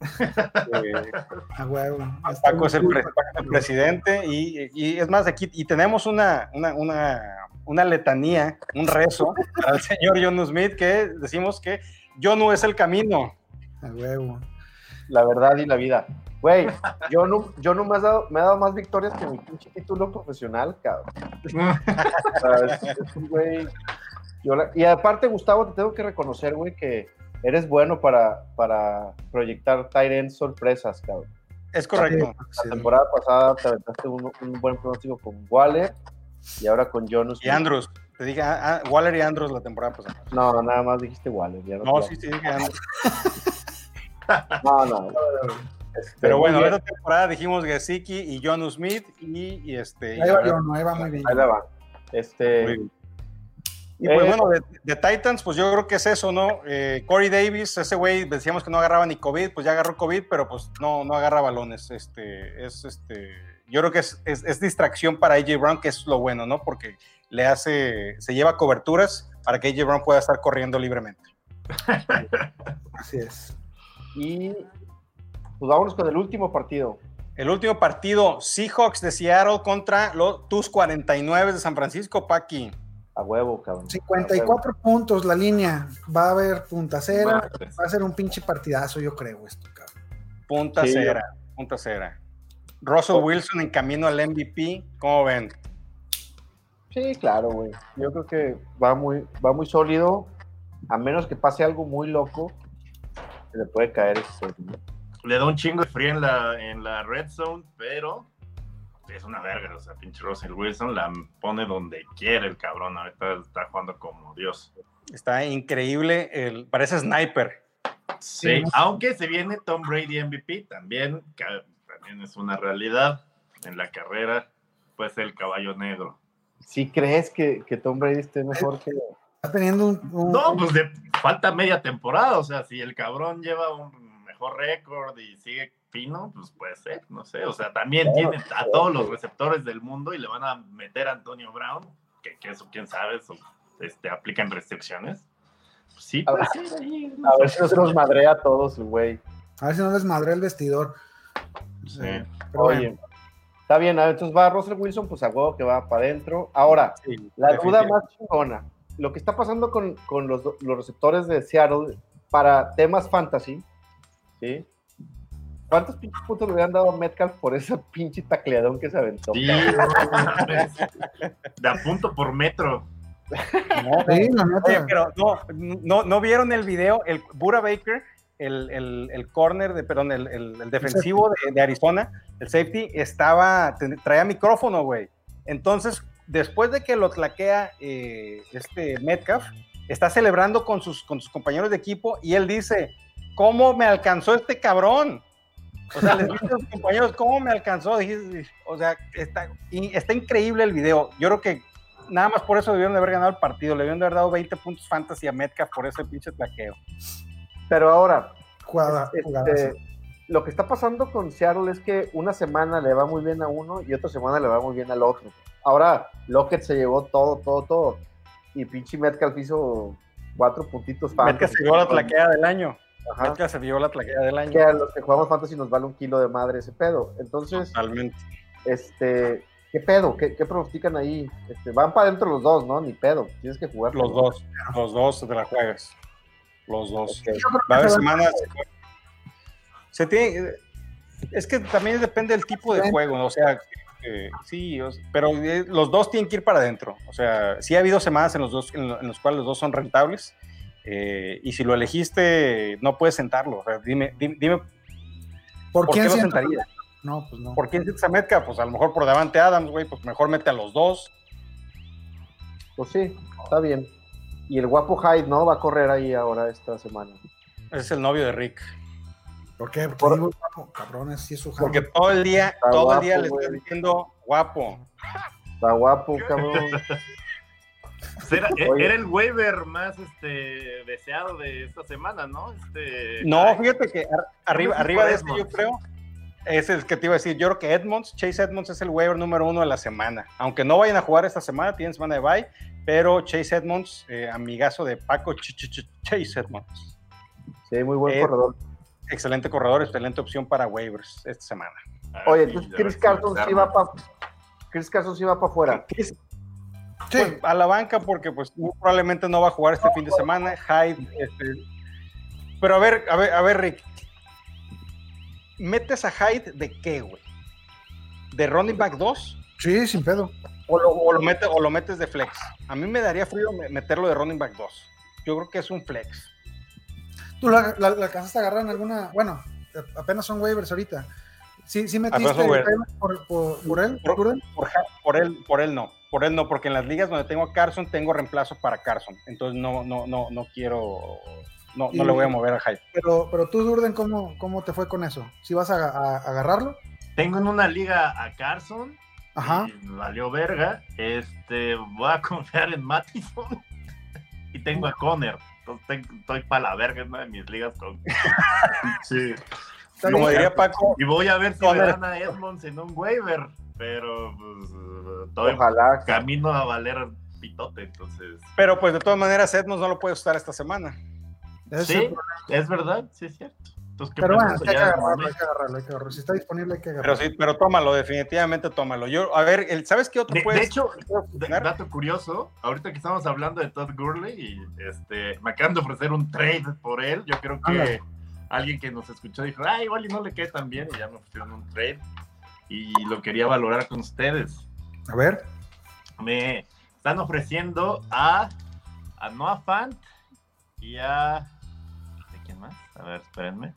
Speaker 2: Paco es el presidente y es más, aquí y tenemos una letanía, un rezo al señor Jonnu Smith, que decimos que Jonnu es el camino.
Speaker 3: A huevo.
Speaker 1: La verdad y la vida. Güey, Jonnu me ha dado más victorias que mi pinche título profesional, cabrón. O sea, es un güey. Y aparte, Gustavo, te tengo que reconocer, güey, que eres bueno para proyectar tight end sorpresas, cabrón.
Speaker 2: Es correcto.
Speaker 1: La temporada pasada te aventaste un buen pronóstico con Waller y ahora con Jonnu.
Speaker 2: Y Andrews. Te dije Waller y Andrews la temporada pasada.
Speaker 1: No, nada más dijiste Waller.
Speaker 2: Sí, dije Andrews.
Speaker 1: No.
Speaker 2: Pero bueno, esta temporada dijimos Gesicki y Jonnu Smith y
Speaker 3: ahí va Jonnu, ahí va muy bien.
Speaker 1: Ahí la va.
Speaker 2: Muy bien. Y pues bueno, de Titans, pues yo creo que es eso, ¿no? Corey Davis, ese güey, decíamos que no agarraba ni COVID, pues ya agarró COVID, pero pues no agarra balones. Yo creo que es distracción para AJ Brown, que es lo bueno, ¿no? Porque se lleva coberturas para que AJ Brown pueda estar corriendo libremente.
Speaker 3: Así es.
Speaker 1: Y pues vámonos con el último partido.
Speaker 2: El último partido, Seahawks de Seattle contra tus 49 de San Francisco, Paqui.
Speaker 1: A huevo, cabrón.
Speaker 3: 54 puntos la línea. Va a haber punta cera. Va a ser un pinche partidazo, yo creo, esto, cabrón.
Speaker 2: Punta cera. Russell Wilson en camino al MVP. ¿Cómo ven?
Speaker 1: Sí, claro, güey. Yo creo que va muy sólido. A menos que pase algo muy loco, se le puede caer ese set, ¿no?
Speaker 6: Le da un chingo de frío en la red zone, pero es una verga, o sea, pinche Russell Wilson la pone donde quiere el cabrón, ahorita está jugando como Dios.
Speaker 2: Está increíble, parece sniper.
Speaker 6: Sí, aunque se viene Tom Brady MVP, también es una realidad en la carrera, puede ser el caballo negro.
Speaker 1: ¿Sí crees que Tom Brady esté mejor que...?
Speaker 3: Está teniendo
Speaker 6: No, pues falta media temporada, o sea, si el cabrón lleva un mejor récord y sigue fino, pues puede ser, no sé, o sea, también tiene a todos los receptores del mundo y le van a meter a Antonio Brown, que eso quién sabe, eso, aplican restricciones. Pues sí, puede ser ahí. No
Speaker 1: a ver si no se nos madrea a todos, güey.
Speaker 3: A ver si no les madrea el vestidor.
Speaker 6: Sí.
Speaker 3: Pero
Speaker 1: oye,
Speaker 3: bueno.
Speaker 1: Está bien, entonces va Russell Wilson, pues a huevo que va para adentro. Ahora, la duda más chingona, lo que está pasando con los receptores de Seattle para temas fantasy, ¿sí? ¿Cuántos pinches puntos le habían dado a Metcalf por ese pinche tacleadón que se aventó?
Speaker 6: Sí, de a punto por metro.
Speaker 3: Sí, la neta.
Speaker 2: Oye, pero no vieron el video, el Buda Baker, el corner, el defensivo de Arizona, el safety, traía micrófono, güey. Entonces, después de que lo tlaquea Metcalf, está celebrando con sus compañeros de equipo y él dice, ¿cómo me alcanzó este cabrón? O sea, les dice a sus compañeros, ¿cómo me alcanzó? O sea, está increíble el video. Yo creo que nada más por eso debieron de haber ganado el partido. Le debieron de haber dado 20 puntos fantasy a Metcalf por ese pinche tlaqueo.
Speaker 1: Pero ahora,
Speaker 3: jugadazo.
Speaker 1: Lo que está pasando con Seattle es que una semana le va muy bien a uno y otra semana le va muy bien al otro. Ahora, Lockett se llevó todo. Y pinche Metcalf hizo 4 puntitos
Speaker 2: Metcalf
Speaker 1: fantasy.
Speaker 2: se llevó la tlaqueada del año.
Speaker 1: Ajá.
Speaker 2: Metcalf se llevó la tlaqueada del año.
Speaker 1: Que a los que jugamos fantasy nos vale 1 kilo de madre ese pedo. Entonces,
Speaker 2: Totalmente.
Speaker 1: ¿qué pedo? ¿Qué pronostican ahí? Van para adentro los dos, ¿no? Ni pedo. Tienes que jugar.
Speaker 2: Los dos te la juegas. Los dos.
Speaker 1: Ok.
Speaker 2: Va a haber semanas. Es que también depende del tipo de juego, ¿no? O sea, sí, pero los dos tienen que ir para adentro. O sea, sí ha habido semanas en los cuales los dos son rentables. Y si lo elegiste, no puedes sentarlo. O sea, dime
Speaker 3: ¿Por
Speaker 2: qué
Speaker 3: quién
Speaker 2: lo
Speaker 3: sientas?
Speaker 2: sentarías.
Speaker 3: No, pues no.
Speaker 2: ¿Por quién sientes a Metcalf? Pues a lo mejor por Davante Adams, güey, pues mejor mete a los dos.
Speaker 1: Pues sí, está bien. Y el guapo Hyde, ¿no? Va a correr ahí ahora esta semana.
Speaker 2: Ese es el novio de Rick.
Speaker 3: ¿Por qué? Porque digo, cabrones, sí es su
Speaker 2: Porque
Speaker 3: jale.
Speaker 2: todo el día
Speaker 1: guapo,
Speaker 2: le está
Speaker 1: güey.
Speaker 2: diciendo guapo.
Speaker 1: Está guapo, cabrón. Oye.
Speaker 6: Era el waiver más deseado de esta semana, ¿no?
Speaker 2: No, fíjate que arriba de este
Speaker 6: Edmonds.
Speaker 2: yo creo, es el que te iba a decir, yo creo que Chase Edmonds es el waiver número 1 de la semana. Aunque no vayan a jugar esta semana, tienen semana de bye, pero Chase Edmonds, amigazo de Paco, Chase Edmonds.
Speaker 1: Sí, muy buen corredor.
Speaker 2: Excelente corredor, excelente opción para waivers esta semana.
Speaker 1: Oye, entonces Chris Carson sí va para afuera.
Speaker 2: Pues, a la banca porque pues muy probablemente no va a jugar este fin de semana. Hyde, pero a ver, Rick, ¿metes a Hyde de qué, güey? ¿De running back 2?
Speaker 3: Sí, sin pedo.
Speaker 2: ¿O lo metes de flex? A mí me daría frío meterlo de running back 2. Yo creo que es un flex.
Speaker 3: ¿Tú la alcanzaste a agarrar en alguna? Bueno, apenas son waivers ahorita. ¿Sí metiste por él?
Speaker 2: Por él no. Por él no, porque en las ligas donde tengo a Carson, tengo reemplazo para Carson. Entonces no quiero, no le voy a mover a Hyde.
Speaker 3: Pero tú, Durden, ¿cómo te fue con eso? ¿Sí vas a agarrarlo?
Speaker 6: Tengo en una liga a Carson.
Speaker 3: Ajá.
Speaker 6: Y valió verga. Voy a confiar en Mattison. Y tengo a Conner. Entonces estoy para la verga en una de mis ligas con. Sí.
Speaker 2: Como diría Paco.
Speaker 6: Y voy a ver si me dan a Edmonds en un waiver. Pero pues
Speaker 1: Ojalá.
Speaker 6: camino a valer pitote, entonces.
Speaker 2: Pero pues de todas maneras Edmonds no lo puede usar esta semana.
Speaker 6: Sí, es verdad, sí es cierto. Entonces,
Speaker 3: pero bueno, hay que agarrarlo. Si está disponible hay que agarrarlo.
Speaker 2: Pero tómalo, definitivamente tómalo. A ver, ¿sabes qué otro puedes?
Speaker 6: De hecho, dato curioso, ahorita que estamos hablando de Todd Gurley y me acaban de ofrecer un trade por él. Yo creo que alguien que nos escuchó dijo, igual y no le quede tan bien, y ya me ofrecieron un trade y lo quería valorar con ustedes.
Speaker 3: A ver.
Speaker 6: Me están ofreciendo a Noah Fant y a... ¿De quién más? A ver, espérenme.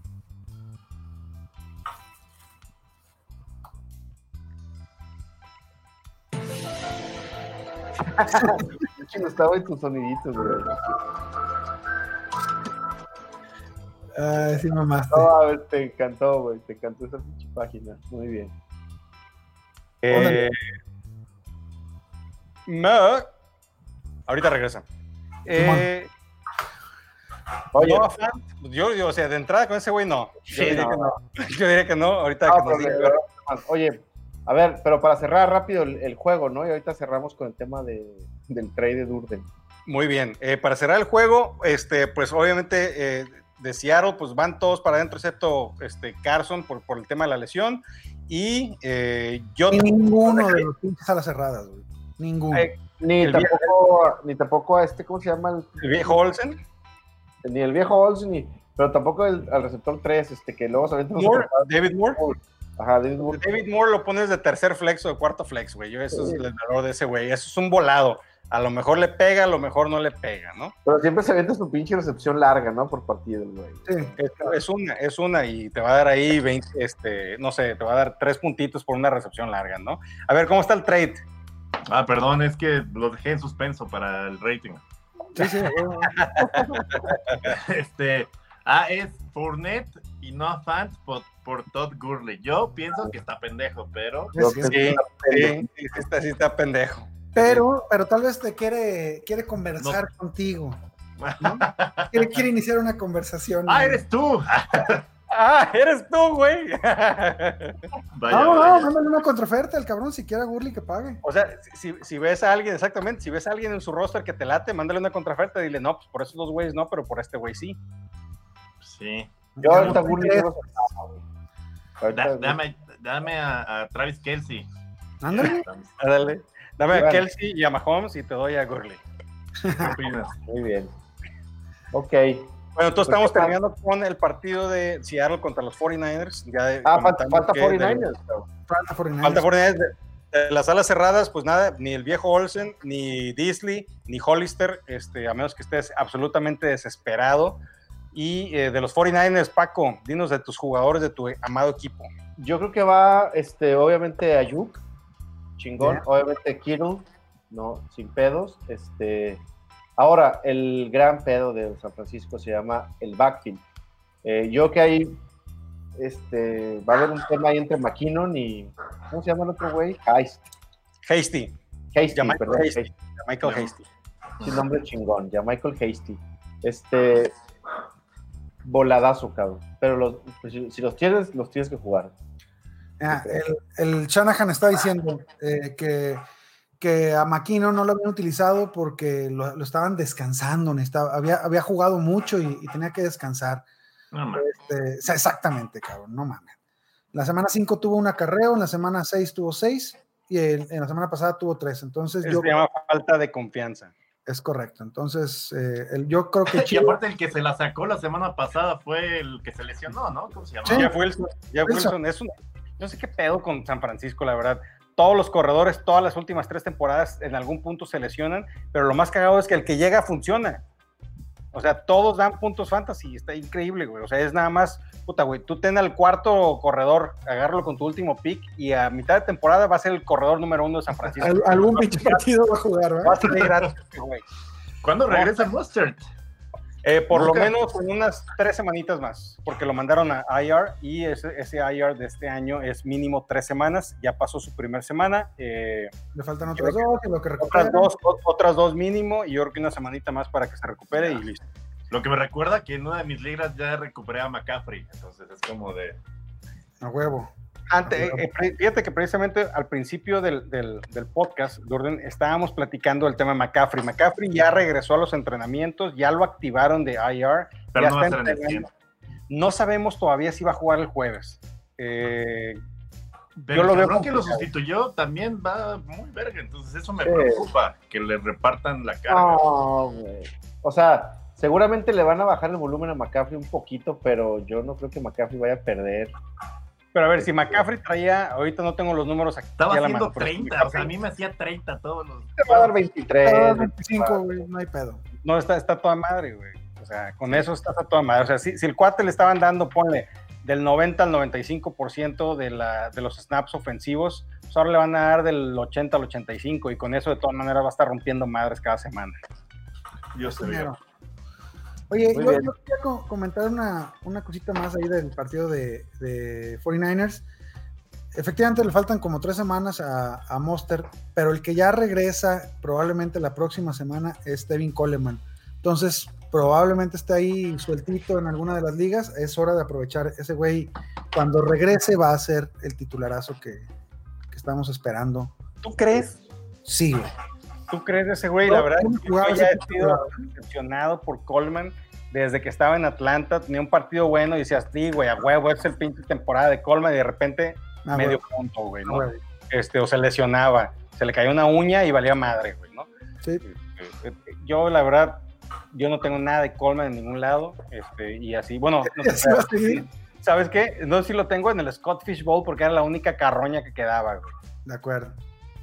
Speaker 1: No estaba en tus soniditos, güey.
Speaker 3: Sí, mamaste.
Speaker 1: No, a ver, te encantó, güey. Te encantó esa pinche página. Muy bien.
Speaker 2: Ahorita regresa.
Speaker 1: Oye,
Speaker 2: No, yo, o sea, de entrada con ese güey no. Yo diría que no. Ahorita
Speaker 1: no,
Speaker 2: que nos diga.
Speaker 1: oye, a ver, pero para cerrar rápido el juego, ¿no? Y ahorita cerramos con el tema del trade de Durden.
Speaker 2: Muy bien. Para cerrar el juego, pues obviamente de Seattle, pues van todos para adentro, excepto Carson por el tema de la lesión. Y yo...
Speaker 3: Ninguno de los pinches a las cerradas, güey. Ninguno.
Speaker 1: Ni tampoco a ¿cómo se llama?
Speaker 2: El viejo Olsen.
Speaker 1: Ni el viejo Olsen, pero tampoco al receptor 3, que luego se avienta
Speaker 2: David Moore.
Speaker 1: Ajá, David Moore.
Speaker 2: David Moore lo pones de tercer flex o de cuarto flex, güey. Eso es el valor de ese güey. Eso es un volado. A lo mejor le pega, a lo mejor no le pega, ¿no?
Speaker 1: Pero siempre se avienta su pinche recepción larga, ¿no? Por partido, güey.
Speaker 3: Sí.
Speaker 2: Es una y te va a dar ahí 20, no sé, te va a dar 3 puntitos por una recepción larga, ¿no? A ver, ¿cómo está el trade?
Speaker 6: Perdón, es que lo dejé en suspenso para el rating.
Speaker 3: Sí.
Speaker 6: Es Fournette y Noah Fant por Todd Gurley. Yo pienso que está pendejo, pero...
Speaker 2: Sí, está pendejo.
Speaker 3: Pero tal vez te quiere conversar contigo, ¿no? Quiere iniciar una conversación.
Speaker 6: ¡Eres tú!
Speaker 2: Eres tú, güey.
Speaker 3: No, mándale una contraoferta al cabrón, si quiere a Gurley que pague.
Speaker 2: O sea, si ves a alguien, exactamente, si ves a alguien en su roster que te late, mándale una contraoferta y dile, no, pues por esos 2 güeyes no, pero por este güey sí.
Speaker 6: Sí.
Speaker 1: Yo ahorita Gurley no lo
Speaker 6: Dame a Travis Kelce.
Speaker 3: Ándale.
Speaker 2: Dame a
Speaker 1: Bueno.
Speaker 2: Kelce y a Mahomes y te doy a Gurley.
Speaker 6: ¿Qué opinas?
Speaker 1: Muy bien. Ok.
Speaker 2: Bueno, entonces estamos terminando con el partido de Seattle contra los 49ers.
Speaker 1: Falta 49ers.
Speaker 3: Falta 49ers.
Speaker 2: Falta 49ers. De las alas cerradas, pues nada, ni el viejo Olsen, ni Disley, ni Hollister, a menos que estés absolutamente desesperado. Y de los 49ers, Paco, dinos de tus jugadores de tu amado equipo.
Speaker 1: Yo creo que va, obviamente, Ayuk, chingón.
Speaker 3: Yeah.
Speaker 1: Obviamente, Kittle, no, sin pedos. Ahora, el gran pedo de San Francisco se llama el backfield. Yo que ahí, va a haber un tema ahí entre McKinnon y, ¿cómo se llama el otro güey?
Speaker 2: Hasty.
Speaker 1: Hasty, perdón.
Speaker 2: Hasty. Michael Hasty.
Speaker 1: Sin nombre chingón, ya Michael Hasty. Voladazo, cabrón. Pero pues, si los tienes que jugar.
Speaker 3: El Shanahan está diciendo que a McKinnon no lo habían utilizado porque lo estaban descansando, había jugado mucho y tenía que descansar.
Speaker 6: No mames.
Speaker 3: Exactamente, cabrón, no mames. La semana 5 tuvo un acarreo, en la semana 6 tuvo 6 y en la semana pasada tuvo 3. Entonces
Speaker 2: Se llama falta de confianza.
Speaker 3: Es correcto. Entonces, yo creo que
Speaker 6: Y aparte el que se la sacó la semana pasada fue el que se lesionó, ¿no? ¿Cómo se llama?
Speaker 3: Sí.
Speaker 2: Jeff Wilson. No sé qué pedo con San Francisco, la verdad. Todos los corredores, todas las últimas 3 temporadas, en algún punto se lesionan, pero lo más cagado es que el que llega funciona. O sea, todos dan puntos fantasy, está increíble, güey. O sea, es nada más, puta, güey, tú ten al cuarto corredor, agárralo con tu último pick y a mitad de temporada va a ser el corredor número 1 de San Francisco.
Speaker 3: algún pinche partido va a jugar, ¿verdad?
Speaker 2: Va a ser gratis, güey.
Speaker 6: ¿Cuándo regresa Mustard?
Speaker 2: Por lo menos en unas 3 semanitas más, porque lo mandaron a IR y ese IR de este año es mínimo 3 semanas, ya pasó su primera semana.
Speaker 3: Le faltan otras 2, en lo que recupera.
Speaker 2: Otras dos mínimo, y yo creo que una semanita más para que se recupere y listo.
Speaker 6: Lo que me recuerda que en una de mis ligas ya recuperé a McCaffrey, entonces es como de...
Speaker 3: A huevo.
Speaker 2: Fíjate que precisamente al principio del podcast, Durden, estábamos platicando del tema de McCaffrey. McCaffrey ya regresó a los entrenamientos, ya lo activaron de IR.
Speaker 6: Pero
Speaker 2: ya
Speaker 6: no va a
Speaker 2: está
Speaker 6: estar en el 100.
Speaker 2: No sabemos todavía si va a jugar el jueves.
Speaker 6: Pero
Speaker 2: yo lo
Speaker 6: el
Speaker 2: veo
Speaker 6: cabrón que lo
Speaker 2: complicado.
Speaker 6: sustituyó también va muy verga, entonces eso me preocupa, que le repartan la carga.
Speaker 1: No, güey. O sea, seguramente le van a bajar el volumen a McCaffrey un poquito, pero yo no creo que McCaffrey vaya a perder.
Speaker 2: Pero a ver, si McCaffrey traía, ahorita no tengo los números aquí
Speaker 6: Estaba
Speaker 2: a la
Speaker 6: haciendo
Speaker 2: mano, pero si
Speaker 6: 30,
Speaker 2: McCaffrey-
Speaker 6: o sea, a mí me hacía 30 todos los...
Speaker 1: Te va a dar 23.
Speaker 3: 25, güey, no hay pedo.
Speaker 2: No, está toda madre, güey. O sea, con eso está toda madre. O sea, si el cuate le estaban dando, ponle, del 90 al 95% de los snaps ofensivos, pues ahora le van a dar del 80 al 85%, y con eso de todas maneras va a estar rompiendo madres cada semana.
Speaker 6: Yo sé,
Speaker 3: Primero. Oye,
Speaker 1: Muy
Speaker 3: yo
Speaker 1: bien.
Speaker 3: quería comentar una cosita más ahí del partido de 49ers. Efectivamente le faltan como 3 semanas a Mostert, pero el que ya regresa probablemente la próxima semana es Tevin Coleman. Entonces, probablemente esté ahí sueltito en alguna de las ligas. Es hora de aprovechar ese güey. Cuando regrese va a ser el titularazo que estamos esperando.
Speaker 2: ¿Tú crees?
Speaker 3: Sí, güey.
Speaker 2: ¿Tú crees de ese güey?
Speaker 3: No,
Speaker 2: La verdad,
Speaker 3: no
Speaker 2: yo
Speaker 3: jugaba
Speaker 2: ya
Speaker 3: ese
Speaker 2: he sido decepcionado por Coleman desde que estaba en Atlanta. Tenía un partido bueno y decías, sí, güey, a huevo, es el pinche temporada de Coleman, y de repente medio punto, güey, ¿no?
Speaker 3: Güey.
Speaker 2: O se lesionaba, se le caía una uña y valía madre, güey, ¿no?
Speaker 3: Sí.
Speaker 2: Yo, la verdad, yo no tengo nada de Coleman en ningún lado, y así, bueno, no sé,
Speaker 3: ¿Así va a seguir?
Speaker 2: ¿sabes qué? No sé si lo tengo en el Scott Fish Bowl porque era la única carroña que quedaba, güey.
Speaker 3: De acuerdo.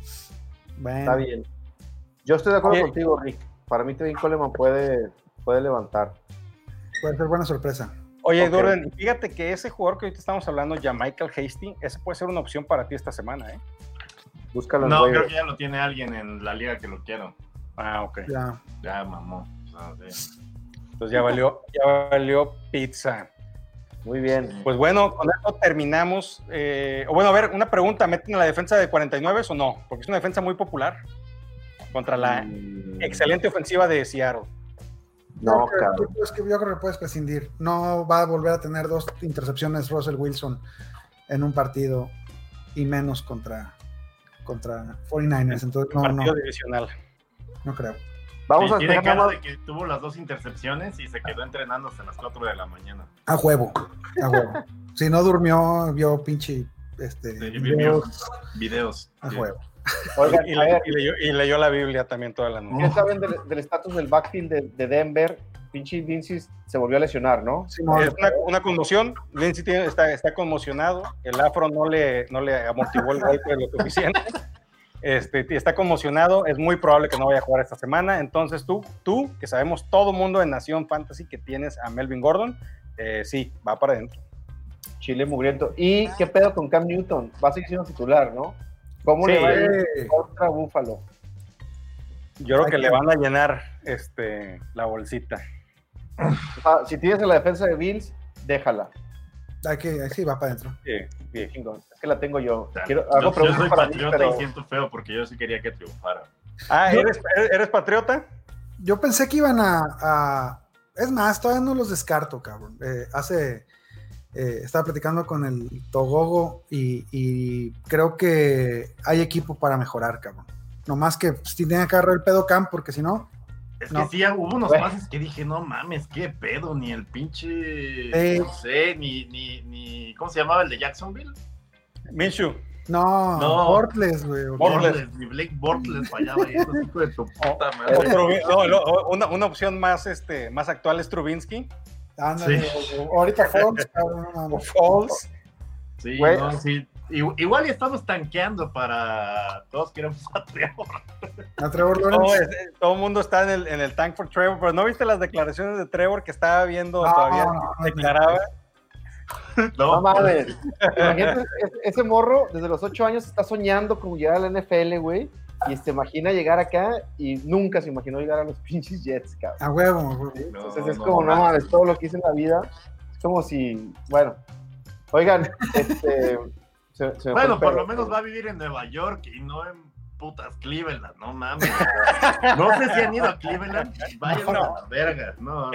Speaker 3: Bueno.
Speaker 1: Está bien. Yo estoy de acuerdo
Speaker 2: Oye.
Speaker 1: contigo, Rick. Para mí Tevin Coleman puede levantar.
Speaker 3: Puede ser buena sorpresa.
Speaker 2: Oye,
Speaker 1: Ok.
Speaker 2: Durden, fíjate que ese jugador que ahorita estamos hablando, ya Michael Hasty, ese puede ser una opción para ti esta semana, ¿eh?
Speaker 1: Búscalo en
Speaker 6: No,
Speaker 1: waivers.
Speaker 6: creo que ya lo tiene alguien en la liga que lo quiero.
Speaker 2: Ah, ok.
Speaker 3: Ya.
Speaker 6: Ya, mamó. O sea, sí.
Speaker 2: Entonces ya valió pizza.
Speaker 1: Muy bien.
Speaker 2: Pues bueno, con esto terminamos. O bueno, a ver, una pregunta, ¿meten a la defensa de 49 o no? Porque es una defensa muy popular contra la excelente ofensiva de Seattle.
Speaker 1: No,
Speaker 3: Yo creo
Speaker 1: cabrón.
Speaker 3: yo creo que puedes prescindir. No va a volver a tener 2 intercepciones Russell Wilson en un partido y menos contra 49ers. Entonces,
Speaker 2: Partido divisional.
Speaker 3: no creo.
Speaker 1: Vamos a
Speaker 6: tiene
Speaker 1: dejar
Speaker 6: cara
Speaker 1: nada más.
Speaker 6: de que tuvo las 2 intercepciones y se quedó entrenando hasta las 4 de la mañana.
Speaker 3: A huevo. Si no durmió, vio pinche
Speaker 6: Videos.
Speaker 3: a huevo.
Speaker 1: Oigan,
Speaker 2: Y,
Speaker 1: a ver,
Speaker 2: y leyó la Biblia también toda la noche.
Speaker 1: ¿qué saben del estatus del backfield de Denver? Pinche Vinci se volvió a lesionar, ¿no?
Speaker 3: Sí, no,
Speaker 2: Es una conmoción. Lindsey está conmocionado. El afro no le amortiguó el golpe lo suficiente. Está conmocionado. Es muy probable que no vaya a jugar esta semana. Entonces tú, que sabemos todo mundo en Nación Fantasy que tienes a Melvin Gordon, sí, va para adentro.
Speaker 1: Chile mugriento. ¿Y qué pedo con Cam Newton? Va a seguir siendo titular, ¿no? ¿Cómo
Speaker 2: Sí.
Speaker 1: le va a ir contra Búfalo?
Speaker 2: Yo creo que le van a llenar la bolsita.
Speaker 1: Si tienes en la defensa de Bills, déjala.
Speaker 3: sí, va para adentro.
Speaker 2: Sí.
Speaker 1: Chingón. Es que la tengo yo.
Speaker 6: O sea,
Speaker 1: Hago
Speaker 6: yo
Speaker 1: preguntas
Speaker 6: soy
Speaker 1: para mí,
Speaker 6: patriota
Speaker 1: pero
Speaker 6: y siento feo porque yo sí quería que triunfara.
Speaker 2: Ah, ¿eres patriota?
Speaker 3: Yo pensé que iban a es más, todavía no los descarto, cabrón. Estaba platicando con el Togogo y creo que hay equipo para mejorar, cabrón. Nomás que pues, tiene que agarrar el pedo Cam, porque si no...
Speaker 6: Es
Speaker 3: No.
Speaker 6: que sí, hubo unos
Speaker 1: Bueno.
Speaker 6: pases que dije, no mames, qué pedo, ni el pinche, no sé, ni, ¿cómo se llamaba el de Jacksonville?
Speaker 2: Minshew.
Speaker 3: No,
Speaker 6: No.
Speaker 3: Bortles, güey.
Speaker 6: Bortles, ni Blake Bortles fallaba ahí, eso hijo de tu puta madre.
Speaker 2: Una opción más actual es Trubinsky.
Speaker 3: Ándale,
Speaker 6: Sí.
Speaker 3: ahorita Fox, cabrón, no mames.
Speaker 2: Falls.
Speaker 6: Sí,
Speaker 1: Güey.
Speaker 6: no, sí. Igual y estamos tanqueando para todos queremos a Trevor.
Speaker 3: A Trevor
Speaker 2: No,
Speaker 3: Lawrence.
Speaker 2: todo el mundo está en el tank for Trevor, pero ¿no viste las declaraciones de Trevor que estaba viendo?
Speaker 3: No,
Speaker 2: Todavía
Speaker 3: no,
Speaker 2: declaraba.
Speaker 1: no mames. Imagínate, ese morro desde los 8 años está soñando con llegar a la NFL, güey. Y se imagina llegar acá y nunca se imaginó llegar a los pinches Jets, cabrón.
Speaker 3: A huevo.
Speaker 1: Entonces es como, no mames, todo lo que hice en la vida. Es como si, bueno. Oigan, se me fue
Speaker 6: Bueno,
Speaker 1: el
Speaker 6: por
Speaker 1: pedo.
Speaker 6: lo menos va a vivir en Nueva York y no en putas Cleveland, no mames. No sé si han ido a Cleveland, vayan a la verga. No.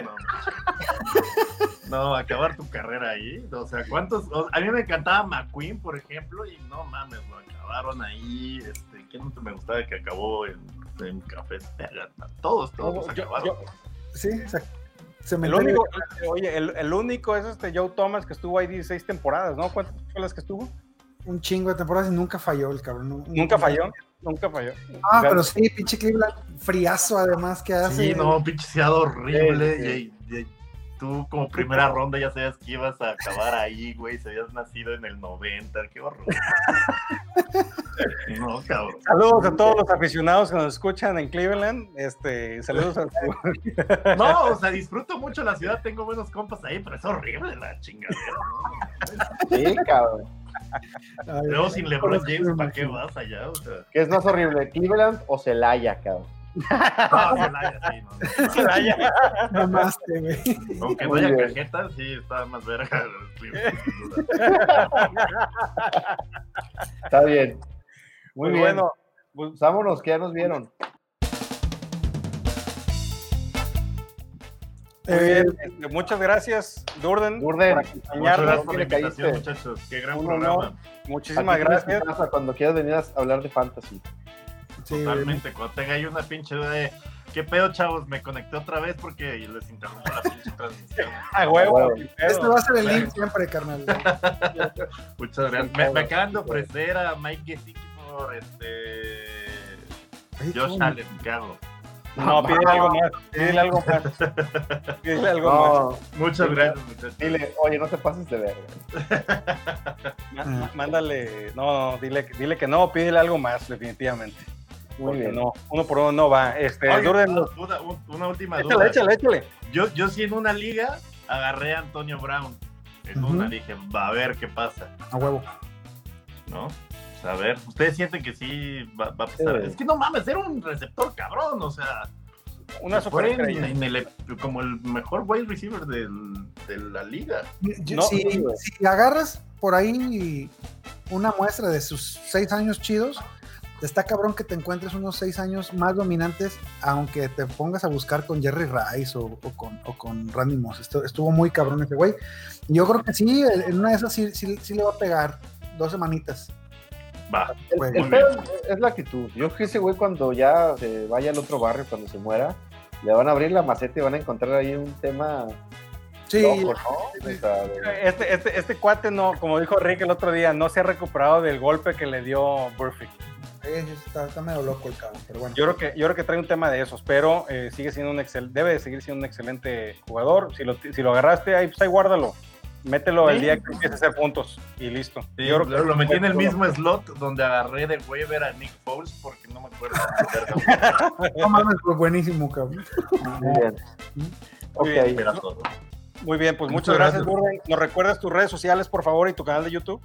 Speaker 6: No, acabar tu carrera ahí. O sea, a mí me encantaba McQueen, por ejemplo, y no mames, lo acabaron ahí. ¿Quién no me gustaba que acabó en Café? Todos los acabaron.
Speaker 3: Sí, se me
Speaker 2: El único, oye, el único es Joe Thomas que estuvo ahí 16 temporadas, ¿no? ¿Cuántas fue las que estuvo?
Speaker 3: un chingo de temporadas y nunca falló el cabrón.
Speaker 2: Nunca falló.
Speaker 3: Ah, pero sí, pinche Cleveland, friazo además que hace.
Speaker 6: Sí, no, pinche ciudad horrible. Y tú como primera ronda ya sabías que ibas a acabar ahí, güey. Si habías nacido en el 90, qué horror. No, cabrón.
Speaker 2: Saludos a todos los aficionados que nos escuchan en Cleveland. Saludos a
Speaker 6: No, o sea, disfruto mucho la ciudad, tengo buenos compas ahí, pero es horrible la chingadera, ¿no?
Speaker 1: Sí, cabrón.
Speaker 6: Luego sin LeBron James, ¿para qué vas allá? O sea,
Speaker 1: ¿Qué es más horrible, Cleveland o Celaya, cabrón?
Speaker 6: no, Celaya, sí, no.
Speaker 2: Celaya.
Speaker 3: Mamaste, güey.
Speaker 6: Aunque no
Speaker 1: Muy
Speaker 6: haya
Speaker 1: bien.
Speaker 6: cajeta, sí, está más verga Cleveland, sin duda.
Speaker 1: Está bien. Muy
Speaker 2: Pues
Speaker 1: bien.
Speaker 2: bueno,
Speaker 1: Pues vámonos, que ya nos vieron.
Speaker 2: muy bien. Muchas gracias, Durden.
Speaker 1: Durden,
Speaker 2: por
Speaker 6: Muchas
Speaker 2: acompañarnos.
Speaker 6: gracias por la
Speaker 1: que caíste.
Speaker 6: invitación, muchachos. Qué gran
Speaker 1: Un
Speaker 6: programa.
Speaker 1: honor.
Speaker 2: Muchísimas
Speaker 1: Aquí tienes
Speaker 2: gracias.
Speaker 1: tu casa cuando quieras venir a hablar de fantasy.
Speaker 3: Sí, güey.
Speaker 6: Totalmente, cuando tenga ahí una pinche duda de ¿qué pedo, chavos? Me conecté otra vez porque les interrumpo la pinche transmisión.
Speaker 2: A huevo.
Speaker 1: Huevo.
Speaker 2: sin pedo.
Speaker 3: Este va a ser el link siempre, carnal.
Speaker 6: Muchas gracias. Me acaban de ofrecer a Mike Gesicki por Josh
Speaker 3: ¿cómo?
Speaker 6: Allen, Carlos.
Speaker 2: No, pídele algo más. Pídele algo más. Pídele algo más.
Speaker 1: No,
Speaker 6: Muchas gracias, muchachos.
Speaker 1: dile, oye, no te pases de verga.
Speaker 2: Mándale, no, dile que no, pídele algo más, definitivamente.
Speaker 1: Muy
Speaker 2: Porque
Speaker 1: bien.
Speaker 2: no, uno por uno no va.
Speaker 6: Oye,
Speaker 2: Durden,
Speaker 6: una última duda.
Speaker 2: échale.
Speaker 6: Yo sí en una liga agarré a Antonio Brown. En
Speaker 3: Ujú.
Speaker 6: una dije, va a ver qué pasa,
Speaker 3: A huevo.
Speaker 6: ¿no? O sea, a ver, ¿ustedes sienten que sí va a pasar?
Speaker 1: Sí.
Speaker 6: Es que no mames, era un receptor cabrón, o sea,
Speaker 2: una
Speaker 6: fue
Speaker 2: superestrella.
Speaker 6: como el mejor wide receiver de la liga.
Speaker 3: Yo-
Speaker 2: No,
Speaker 3: si,
Speaker 1: sí, güey.
Speaker 3: si agarras por ahí una muestra de sus 6 años chidos, está cabrón que te encuentres unos 6 años más dominantes, aunque te pongas a buscar con Jerry Rice o con Randy Moss. Estuvo muy cabrón ese güey. Yo creo que sí, en una de esas sí le va a pegar 2 semanitas.
Speaker 6: Va.
Speaker 1: El pedo es la actitud. Yo creo que ese güey cuando ya se vaya al otro barrio, cuando se muera, le van a abrir la maceta y van a encontrar ahí un tema
Speaker 3: Sí,
Speaker 1: loco, ¿no? O sea,
Speaker 2: Este cuate no, como dijo Rick el otro día, no se ha recuperado del golpe que le dio Burfict.
Speaker 3: está medio loco el cabrón, pero bueno.
Speaker 2: Yo creo que trae un tema de esos, pero sigue siendo debe de seguir siendo un excelente jugador. Si lo agarraste, ahí, pues ahí guárdalo. Mételo el día que empiece a hacer puntos y listo.
Speaker 6: Sí,
Speaker 2: Yo creo que
Speaker 6: lo metí en el mismo slot donde agarré de waiver a Nick Foles porque no me acuerdo.
Speaker 3: No mames, pues buenísimo, cabrón.
Speaker 1: muy bien. Ok.
Speaker 2: bien.
Speaker 6: Era todo.
Speaker 2: Muy bien, pues
Speaker 3: Muchas
Speaker 2: muchas gracias,
Speaker 3: gracias.
Speaker 2: Durden. ¿Nos recuerdas tus redes sociales, por favor, y tu canal de YouTube?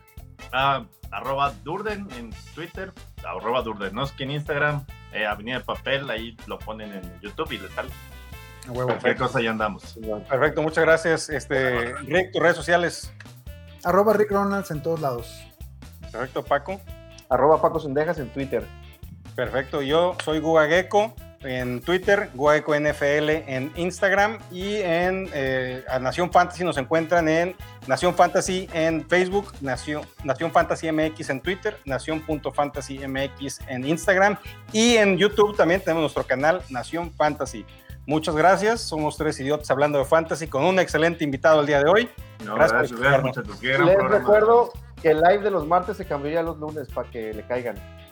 Speaker 6: @Durden en Twitter, @Durdenoski en Instagram, Avenida de Papel, ahí lo ponen en YouTube y le sale.
Speaker 3: A huevo.
Speaker 6: Cualquier cosa ya andamos.
Speaker 2: Perfecto, muchas gracias. Rick, tus redes sociales.
Speaker 3: @Rick Ronalds en todos lados.
Speaker 2: Perfecto, Paco.
Speaker 1: @Paco Sendejas en Twitter.
Speaker 2: Perfecto, yo soy Guga Gecko en Twitter, Guga Gecko NFL en Instagram y en a Nación Fantasy nos encuentran en Nación Fantasy en Facebook, Nación Fantasy MX en Twitter, Nación.Fantasy MX en Instagram y en YouTube también tenemos nuestro canal Nación Fantasy. Muchas gracias, somos 3 idiotas hablando de fantasy con un excelente invitado el día de hoy.
Speaker 6: No,
Speaker 2: Gracias por escucharnos.
Speaker 6: muchachos.
Speaker 1: Les recuerdo que el live de los martes se cambió ya los lunes para que le caigan.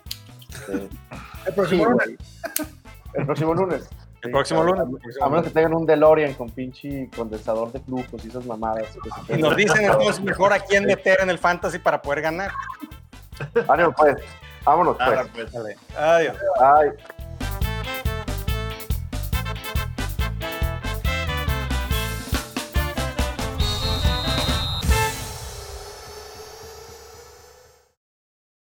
Speaker 3: El próximo
Speaker 1: Sí,
Speaker 3: lunes.
Speaker 1: güey. El próximo lunes.
Speaker 2: El próximo lunes.
Speaker 1: A menos que tengan un DeLorean con pinche condensador de flujos y esas mamadas.
Speaker 2: Y nos dicen entonces mejor a quién meter en el fantasy para poder ganar.
Speaker 1: Ánimo, pues. Vámonos, pues.
Speaker 6: Pues.
Speaker 2: Adiós.
Speaker 1: Ay.